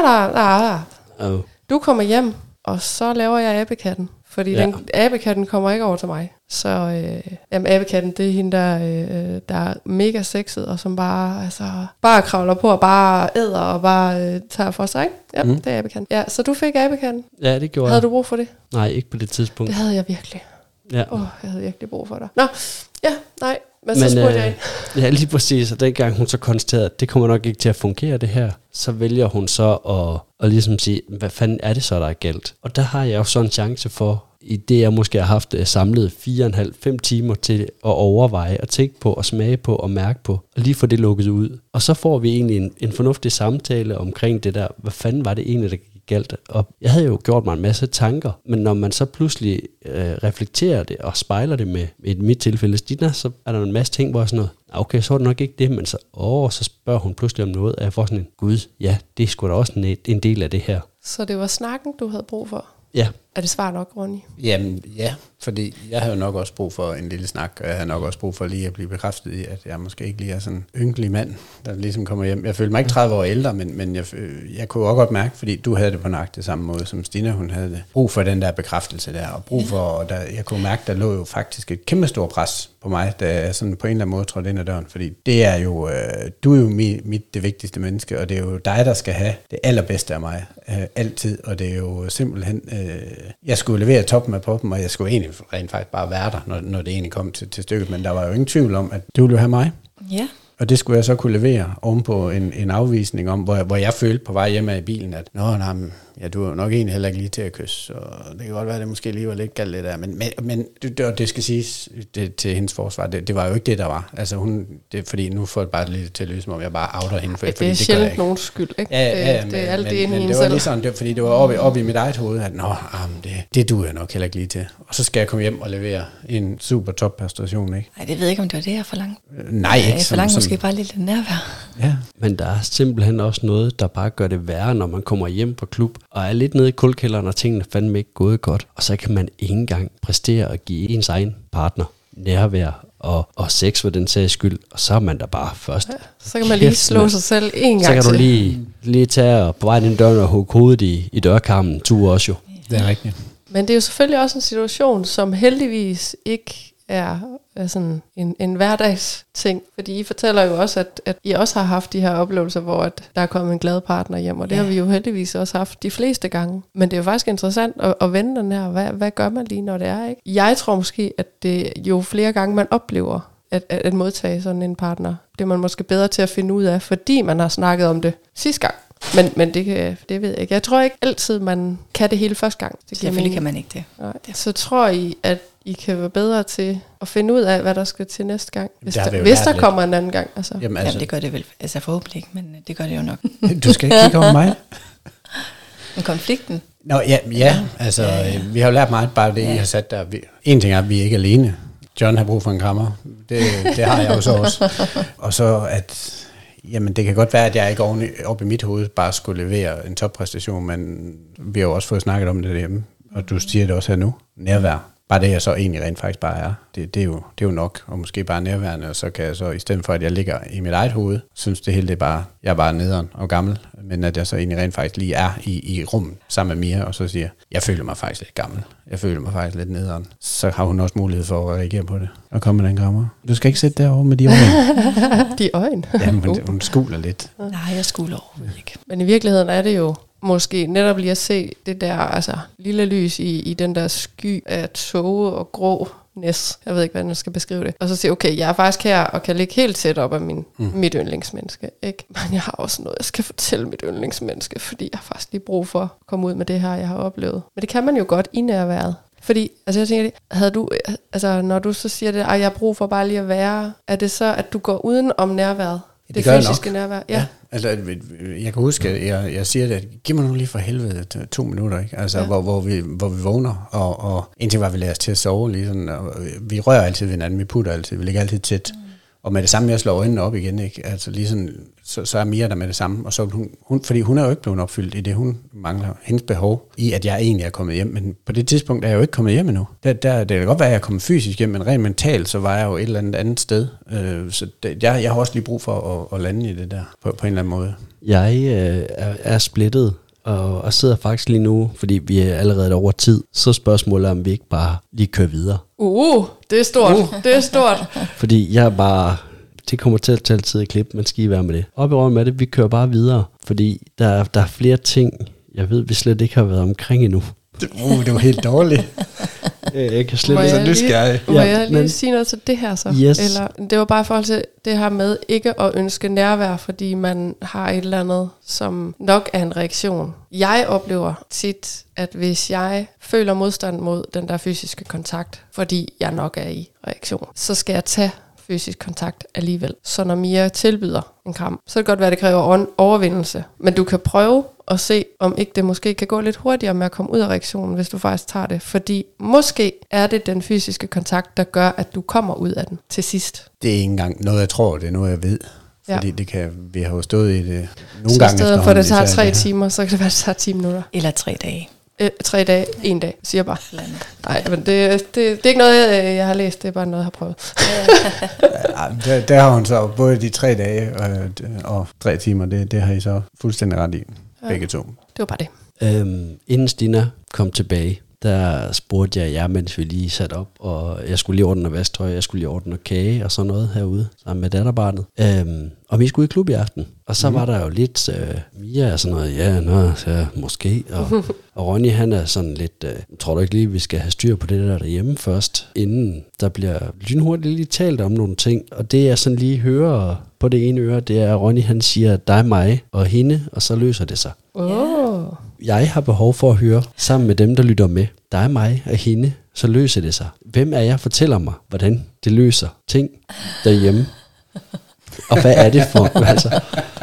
Du kommer hjem, og så laver jeg abekatten. Fordi den abekatten kommer ikke over til mig. Så abekatten, det er hende, der er mega sexet, og som bare kravler på, og bare æder, og bare tager for sig, ikke? Ja, det er abekatten. Ja, så du fik abekatten. Ja, det gjorde jeg. Havde du brug for det? Nej, ikke på det tidspunkt. Det havde jeg virkelig. Ja. Jeg havde virkelig brug for dig. Nå, nej. Men så spurgte jeg ind. Ja, lige præcis. Og dengang hun så konstaterede, at det kommer nok ikke til at fungere, det her, så vælger hun så at ligesom sige, hvad fanden er det så, der er galt? Og der har jeg jo så en chance for, i det jeg måske har haft samlet 4,5-5 timer til at overveje og tænke på og smage på og mærke på, og lige få det lukket ud. Og så får vi egentlig en fornuftig samtale omkring det der, hvad fanden var det egentlig, der gik galt? Og jeg havde jo gjort mig en masse tanker, men når man så pludselig reflekterer det og spejler det med, i mit tilfælde Stina, så er der en masse ting, hvor jeg sådan noget, okay, så er det nok ikke det, men så spørger hun pludselig om noget, og jeg får sådan en, gud, ja, det er sgu da også en del af det her. Så det var snakken, du havde brug for? Ja. Er det svar nok, Ronny? Jamen, ja, fordi jeg havde jo nok også brug for en lille snak, og jeg havde nok også brug for lige at blive bekræftet i, at jeg måske ikke lige er sådan en ynkelig mand, der ligesom kommer hjem. Jeg følte mig ikke 30 år ældre, men jeg kunne også godt mærke, fordi du havde det på nøjagtig samme måde, som Stina, hun havde det. Brug for den der bekræftelse der, og brug for, jeg kunne mærke, der lå jo faktisk et kæmpe stort pres på mig, da jeg sådan på en eller anden måde trådte ind ad døren, fordi det er jo, du er jo det vigtigste menneske, og det er jo dig, der skal have det allerbedste af mig, altid, og det er jo simpelthen, jeg skulle levere toppen af poppen, og jeg skulle egentlig rent faktisk bare være der, når det egentlig kom til stykket, men der var jo ingen tvivl om, at du ville have mig. Ja. Og det skulle jeg så kunne levere ovenpå en afvisning om, hvor jeg følte på vej hjemme i bilen, at du er nok egentlig heller ikke lige til at kysse, og det kan godt være, at det måske lige var lidt galt det der, men det skal siges til hendes forsvar, det var jo ikke det, der var. Altså fordi nu får jeg bare lidt til at lyse mig, om jeg bare outer hende. Det er sjældent nogens skyld, ikke? Ja, det er alt det inde i hende selv. Det var ligesom, fordi det var oppe i mit eget hoved, at det duer jeg nok heller ikke lige til. Og så skal jeg komme hjem og levere en super top præstation, ikke? Nej, det ved jeg ikke, om det var det, jeg forlangte. Nej, ikke. Jeg forlangte måske bare lidt nærvær. Ja. Men der er simpelthen også noget, der bare gør det værre, når man kommer hjem på klub, og er lidt nede i kulkælderen, og tingene fandme ikke gået godt. Og så kan man ikke engang præstere at give ens egen partner nærvær og sex for den sags skyld. Og så er man der bare først. Ja, så kan man lige slå sig selv en gang. Så kan du lige tage og på vej ind i døren og hugge hovedet i dørkarmen. Tu også jo. Det er rigtigt. Men det er jo selvfølgelig også en situation, som heldigvis ikke er sådan en hverdagsting. Fordi I fortæller jo også, at I også har haft de her oplevelser, hvor at der er kommet en glad partner hjem, og det har vi jo heldigvis også haft de fleste gange. Men det er jo faktisk interessant at vende den her, hvad gør man lige, når det er, ikke? Jeg tror måske, at det jo flere gange man oplever at modtage sådan en partner, det er man måske bedre til at finde ud af, fordi man har snakket om det sidste gang. Men det ved jeg ikke. Jeg tror ikke altid, man kan det hele første gang. Selvfølgelig kan man ikke det. Nej. Så tror I, at I kan være bedre til at finde ud af, hvad der skal til næste gang. Hvis der lidt. kommer en anden gang. Altså. Jamen, det gør det vel, altså forhåbentlig ikke, men det gør det jo nok. Du skal ikke kigge over mig. Men konflikten? Nå, altså, vi har jo lært meget bare det, I har sat der. En ting er, at vi er ikke alene. John har brug for en krammer. Det har jeg jo så også. Og så at, jamen det kan godt være, at jeg ikke oppe i mit hoved bare skulle levere en toppræstation, men vi har jo også fået snakket om det derhjemme. Og du siger det også her nu. Nærvær. Bare det, jeg så egentlig rent faktisk bare er. Det er jo nok, og måske bare nærværende, og så kan jeg så, i stedet for, at jeg ligger i mit eget hoved, synes det hele, det er bare, jeg er bare nederen og gammel, men at jeg så egentlig rent faktisk lige er i rummet sammen med Mia, og så siger, jeg føler mig faktisk lidt gammel. Jeg føler mig faktisk lidt nederen. Så har hun også mulighed for at reagere på det, og komme med den krammer. Du skal ikke sætte derovre med de øjne. De øjne? Jamen, hun skuler lidt. Nej, jeg skuler overhovedet ikke. Men i virkeligheden er det jo måske netop lige at se det der altså, lille lys i den der sky af tåge og grå næs. Jeg ved ikke, hvordan jeg skal beskrive det. Og så sige, okay, jeg er faktisk her og kan ligge helt tæt op af mit yndlingsmenneske. Ikke? Men jeg har også noget, jeg skal fortælle mit yndlingsmenneske, fordi jeg har faktisk lige brug for at komme ud med det her, jeg har oplevet. Men det kan man jo godt i nærværet. Fordi, altså jeg tænker, havde du, altså når du så siger det, at jeg har brug for bare lige at være, er det så, at du går uden om nærværet? Det fysiske nærvær? Ja. Altså, jeg kan huske, at jeg siger det, giv mig nu lige for helvede 2 minutter, ikke? Altså, ja. hvor vi vågner, og en ting var, at vi lærer os til at sove, lige sådan, og vi rører altid ved hinanden, vi putter altid, vi ligger altid tæt. Og med det samme, jeg slår øjnene op igen, ikke? Altså lige sådan, så er Mia der med det samme, og så fordi hun er jo ikke blevet opfyldt i det, hun mangler, hendes behov i, at jeg egentlig er kommet hjem, men på det tidspunkt er jeg jo ikke kommet hjem endnu. Det kan godt være, at jeg er kommet fysisk hjem, men rent mentalt, så var jeg jo et eller andet sted. Så jeg har også lige brug for at lande i det der, på en eller anden måde. Jeg er splittet, og sidder faktisk lige nu, fordi vi er allerede over tid, så spørgsmålet om vi ikke bare lige kører videre. Det er stort, det er stort. Fordi jeg bare, det kommer til at tage tid at klippe, man skal være med det. Op i røven med det, vi kører bare videre, fordi der er flere ting, jeg ved, vi slet ikke har været omkring endnu. Det var helt dårligt. Jeg kan slet ikke så nysgerrig. Må jeg lige sige noget til det her så? Yes. Eller, det var bare i forhold til det her med ikke at ønske nærvær, fordi man har et eller andet, som nok er en reaktion. Jeg oplever tit, at hvis jeg føler modstand mod den der fysiske kontakt, fordi jeg nok er i reaktion, så skal jeg tage fysisk kontakt alligevel. Så når Mia tilbyder en kram, så kan det godt være, at det kræver overvindelse. Men du kan prøve at se, om ikke det måske kan gå lidt hurtigere med at komme ud af reaktionen, hvis du faktisk tager det. Fordi måske er det den fysiske kontakt, der gør, at du kommer ud af den til sidst. Det er ikke engang noget, jeg tror, det er noget, jeg ved. Fordi det kan, vi har jo stået i det nogle så gange. Så i stedet for, at det tager 3 timer, så kan det være, at det tager 10 minutter. Eller 3 dage. 3 dage, 1 dag, siger jeg bare. Nej, men det er ikke noget, jeg har læst, det er bare noget, jeg har prøvet. Der har hun så både de 3 dage og 3 timer, det har I så fuldstændig ret i, begge to. Det var bare det. Inden Stina kom tilbage, der spurgte jeg jer, mens vi lige satte op, og jeg skulle lige ordne vasktøj, jeg skulle lige ordne kage og sådan noget herude, sammen med datterbarnet. Og vi skulle i klub i aften, og så var der jo lidt, Mia og sådan noget, ja, måske, og Ronny han er sådan lidt, tror du ikke lige, vi skal have styr på det der derhjemme først, inden der bliver lynhurtigt lige talt om nogle ting, og det jeg sådan lige hører på det ene øre, det er, at Ronny han siger dig, mig og hende, og så løser det sig. Jeg har behov for at høre, sammen med dem, der lytter med, dig, mig og hende, så løser det sig. Hvem er jeg fortæller mig, hvordan det løser ting derhjemme? Og hvad er det for? Altså.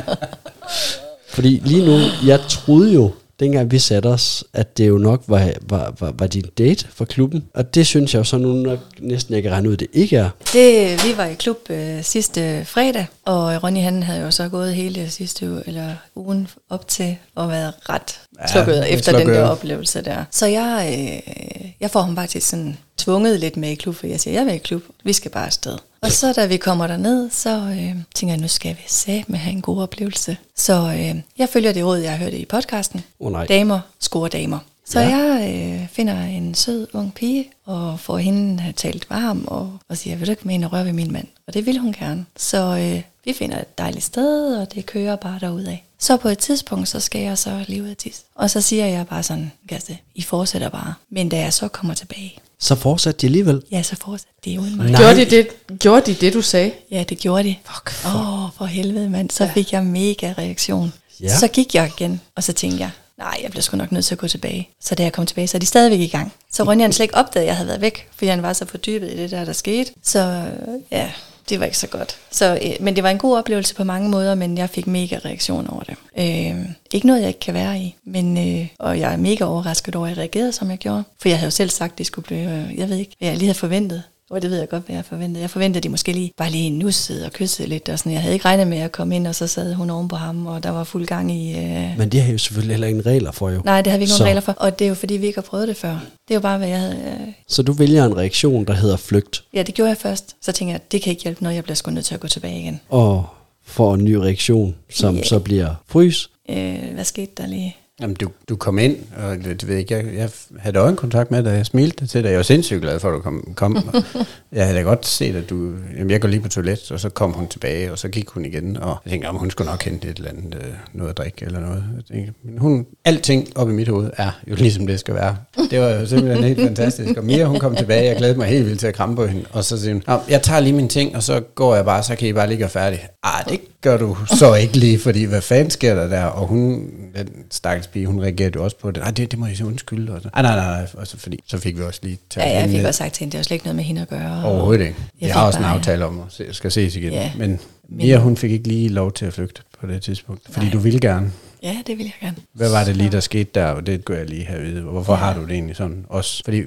Fordi lige nu, jeg troede jo, dengang vi satte os, at det jo nok var din date for klubben. Og det synes jeg jo så nu nok næsten, jeg kan regne ud, det ikke er. Vi var i klub sidste fredag, og Ronny han havde jo så gået hele sidste uge, eller ugen op til og været ret slukket efter den der oplevelse der. Så jeg får ham faktisk sådan tvunget lidt med i klub, for jeg siger, jeg vil i klub, vi skal bare afsted. Og så da vi kommer derned, så tænker jeg, nu skal vi satme have en god oplevelse. Så jeg følger det råd, jeg har hørt i podcasten. Damer scorer damer. Så jeg finder en sød ung pige, og får hende talt varm, og siger, vil du ikke mene at røre ved min mand? Og det vil hun gerne. Så vi finder et dejligt sted, og det kører bare derudad. Så på et tidspunkt, så skal jeg så lige ud af tis. Og så siger jeg bare sådan, I fortsætter bare. Men da jeg så kommer tilbage, så fortsatte de alligevel? Ja, så fortsatte de uden mig. Gjorde de det, du sagde? Ja, det gjorde de. Fuck. For helvede, mand. Så fik jeg mega reaktion. Ja. Så gik jeg igen, og så tænkte jeg, nej, jeg blev sgu nok nødt til at gå tilbage. Så da jeg kom tilbage, så er de stadigvæk i gang. Så Ronja slet ikke opdagede, at jeg havde været væk, fordi han var så fordybet i det der skete. Så ja, det var ikke så godt. Så, men det var en god oplevelse på mange måder, men jeg fik mega reaktion over det. Ikke noget, jeg ikke kan være i, men, og jeg er mega overrasket over, at jeg reagerede, som jeg gjorde. For jeg havde jo selv sagt, at det skulle blive, jeg ved ikke, hvad jeg lige havde forventet. Og det ved jeg godt, hvad jeg forventede. Jeg forventede, at de måske lige bare lige nussede og kyssede lidt. Og sådan. Jeg havde ikke regnet med at komme ind, og så sad hun oven på ham, og der var fuld gang i... Men det har jo selvfølgelig heller ingen regler for jo. Nej, det har vi ikke nogen regler for. Og det er jo fordi, vi ikke har prøvet det før. Det er jo bare, hvad jeg havde... Så du vælger en reaktion, der hedder flygt? Ja, det gjorde jeg først. Så tænkte jeg, at det kan ikke hjælpe noget. Jeg bliver sgu nødt til at gå tilbage igen. Og får en ny reaktion, som så bliver frys? Hvad skete der lige? Jamen, du kom ind, og du ved ikke, jeg havde øjenkontakt med dig, jeg smilte til dig. Jeg var sindssygt glad for, at du kom. Jeg havde da godt set, at jeg går lige på toilet, og så kom hun tilbage, og så gik hun igen, og jeg tænkte, hun skulle nok hente et eller andet, noget at drikke eller noget. Men alting op i mit hoved er jo ligesom det skal være. Det var jo simpelthen helt fantastisk. Og Mia, hun kom tilbage, jeg glædede mig helt vildt til at kramme på hende, og så siger hun, jeg tager lige mine ting, og så går jeg bare, så kan I bare ligge og færdig. Det gør du så ikke lige, fordi hvad fanden sker der? Og hun, den stakkels pige, hun reagerede jo også på det. Det må jeg så undskylde. Og så. Nej. Og så fik vi også lige taget hende. Jeg fik også sagt til hende, det var slet ikke noget med hende at gøre. Overhovedet ikke. Jeg har også en aftale om, at skal ses igen. Ja. Men Mia, hun fik ikke lige lov til at flygte på det tidspunkt. Fordi du ville gerne. Ja, det vil jeg gerne. Hvad var det lige, der skete der? Og det gør jeg lige have at vide. Hvorfor har du det egentlig sådan også? Fordi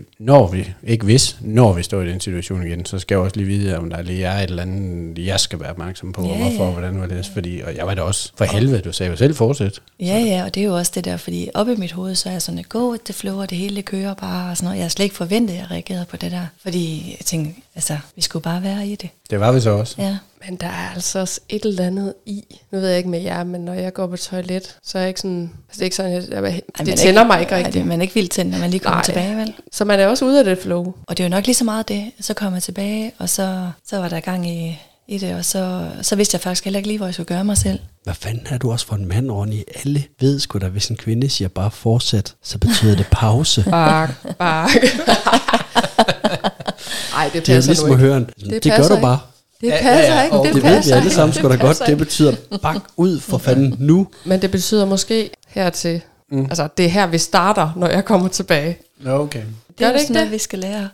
når vi står i den situation igen, så skal jeg også lige vide, om der lige er et eller andet, jeg skal være opmærksom på, og hvorfor, hvordan var det. Fordi, og jeg var da også for helvede, du sagde jo selv fortsæt. Ja, og det er jo også det der, fordi oppe i mit hoved, så er jeg sådan, go with the flow, og det hele kører bare, og sådan noget. Jeg har slet ikke forventet, at jeg reagerede på det der. Fordi jeg tænkte, vi skulle bare være i det. Det var vi så også. Ja. Men der er altså også et eller andet i, nu ved jeg ikke med jer, men når jeg går på toilet, så er jeg ikke sådan, det er ikke sådan, det tænder mig ikke rigtigt. Man er ikke vildt tændt, når man lige kommer tilbage, vel? Så man er også ude af det flow. Og det er jo nok lige så meget det, så kommer jeg tilbage, og så var der gang i det, og så vidste jeg faktisk heller ikke lige, hvor jeg skulle gøre mig selv. Hvad fanden er du også for en mand, Ronny? Alle ved sgu da, hvis en kvinde siger bare fortsæt, så betyder det pause. Bak. Ej, det passer det er ligesom nu at høre det gør du bare. Det passer ikke. Det ved vi alle sammen sgu da godt. Det betyder bak ud for fanden nu. Men det betyder måske hertil. Altså, det er her, vi starter, når jeg kommer tilbage. Okay. Det er sådan noget, vi skal lære.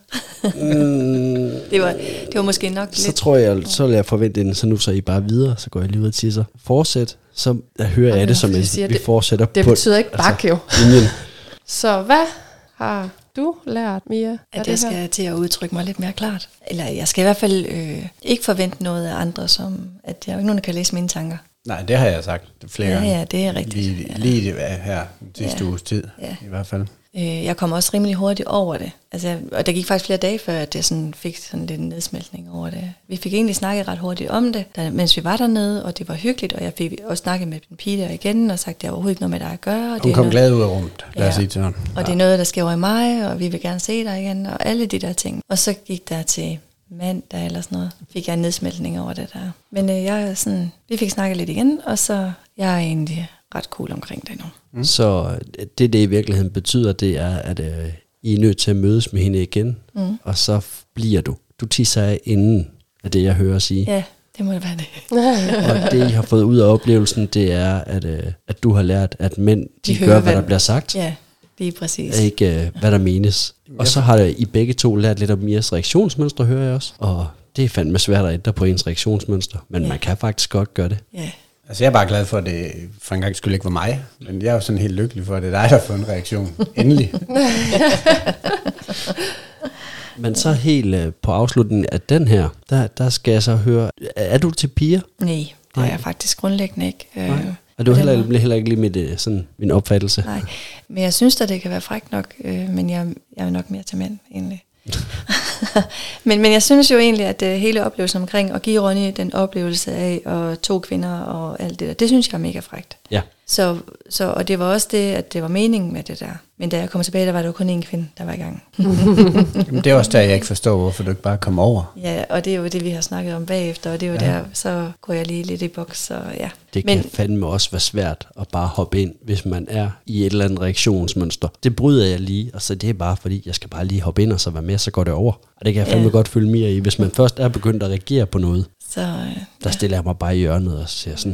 det var måske nok lidt... Så tror jeg, så lader jeg forvente den, så nu så I bare videre, så går jeg lige ud og tisser. Fortsæt, så jeg hører jeg det, som vi fortsætter på. Det betyder ikke bak jo. Så hvad har du lært, Mia? At jeg skal til at udtrykke mig lidt mere klart. Eller jeg skal i hvert fald ikke forvente noget af andre, som at jeg ikke nogen, der kan læse mine tanker. Nej, det har jeg sagt flere gange. Ja, det er rigtigt. Lige her sidste uges tid, i hvert fald. Jeg kom også rimelig hurtigt over det. Altså, og der gik faktisk flere dage, før at jeg sådan fik sådan lidt en nedsmeltning over det. Vi fik egentlig snakket ret hurtigt om det, mens vi var dernede, og det var hyggeligt, og jeg fik også snakket med den pige der igen, og sagt, at jeg overhovedet ikke noget med dig at gøre. Og hun kom glad ud af rummet, lad os sige sådan. Og det er noget, der sker over i mig, og vi vil gerne se dig igen, og alle de der ting. Og så gik der til mandag eller sådan noget, fik jeg en nedsmeltning over det der. Men vi fik snakket lidt igen, og så jeg er egentlig ret cool omkring det nu. Så det i virkeligheden betyder, det er, at I er nødt til at mødes med hende igen, og så bliver du. Du tisser af inden af det, jeg hører sige. Ja, det må det være det. Og det, I har fået ud af oplevelsen, det er, at du har lært, at mænd, de gør, hvad der bliver sagt. Ja, lige præcis. Ikke, hvad der menes. Og så har I begge to lært lidt om Mias reaktionsmønstre, hører jeg også. Og det er fandme svært at ændre på ens reaktionsmønstre, men man kan faktisk godt gøre det. Ja. Altså jeg er bare glad for, at det for en gang skulle ikke være mig, men jeg er jo sådan helt lykkelig for, at det er dig, der har fået en reaktion. Endelig. Men så helt på afslutningen af den her, der skal jeg så høre, er du til piger? Nej, det er jeg faktisk grundlæggende ikke. Og det var heller ikke lige min opfattelse. Nej, men jeg synes at det kan være frækt nok, men jeg er nok mere til mænd egentlig. men jeg synes jo egentlig, at hele oplevelsen omkring at give Ronny den oplevelse af og 2 kvinder og alt det der, det synes jeg er mega frækt. Ja. Så, og det var også det, at det var meningen med det der. Men da jeg kom tilbage, der var det jo kun 1 kvinde, der var i gang. Jamen, det er også der, jeg ikke forstår, hvorfor du ikke bare kommer over. Ja, og det er jo det, vi har snakket om bagefter, og det er jo der, så går jeg lige lidt i boks, så ja. Det kan fandme også være svært at bare hoppe ind, hvis man er i et eller andet reaktionsmønster. Det bryder jeg lige, og så det er bare fordi, jeg skal bare lige hoppe ind og så være med, så går det over. Og det kan jeg fandme godt følge mere i, hvis man først er begyndt at reagere på noget. Så, der stiller jeg mig bare i hjørnet og siger sådan,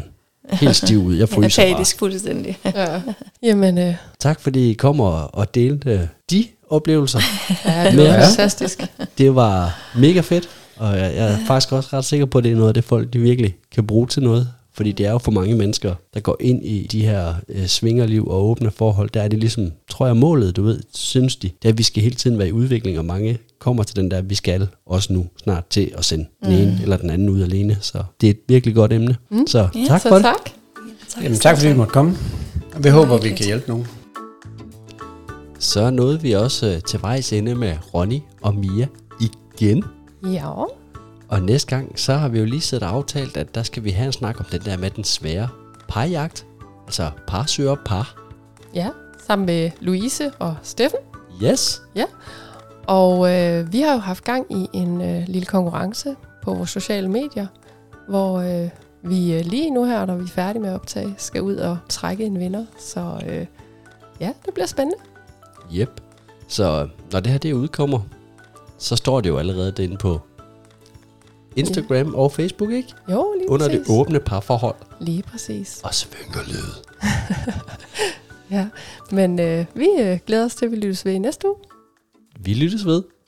helt stiv ud. Jeg fryser bare. Apatisk fuldstændig. Ja. Jamen, Tak fordi I kom og delte de oplevelser. ja, det Men- var fantastisk. Det var mega fedt, og jeg er faktisk også ret sikker på, at det er noget af det folk, de virkelig kan bruge til noget. Fordi det er jo for mange mennesker, der går ind i de her svingerliv og åbne forhold. Der er det ligesom, tror jeg, målet, du ved, synes de. Det er, at vi skal hele tiden være i udvikling, og mange kommer til den der, vi skal også nu snart til at sende den ene eller den anden ud alene. Så det er et virkelig godt emne. Så Ja, tak Så for det. tak. Jamen, tak fordi I måtte komme. Og vi håber, vi kan hjælpe nogen. Så nåede vi også til vejs ende med Ronny og Mia igen. Ja. Og næste gang, så har vi jo lige siddet og aftalt, at der skal vi have en snak om den der med den svære parjagt. Altså par søger par. Ja, sammen med Louise og Steffen. Yes. Og vi har jo haft gang i en lille konkurrence på vores sociale medier, hvor vi lige nu her, når vi er færdige med at optage, skal ud og trække en vinder. Så ja, det bliver spændende. Yep. Så når det her det udkommer, så står det jo allerede derinde på Instagram og Facebook, ikke? Jo, lige Under præcis. det åbne parforhold. Lige præcis. Og svøngerlyd. Ja, men vi glæder os til, at vi lyttes ved i næste uge. Vi lyttes ved.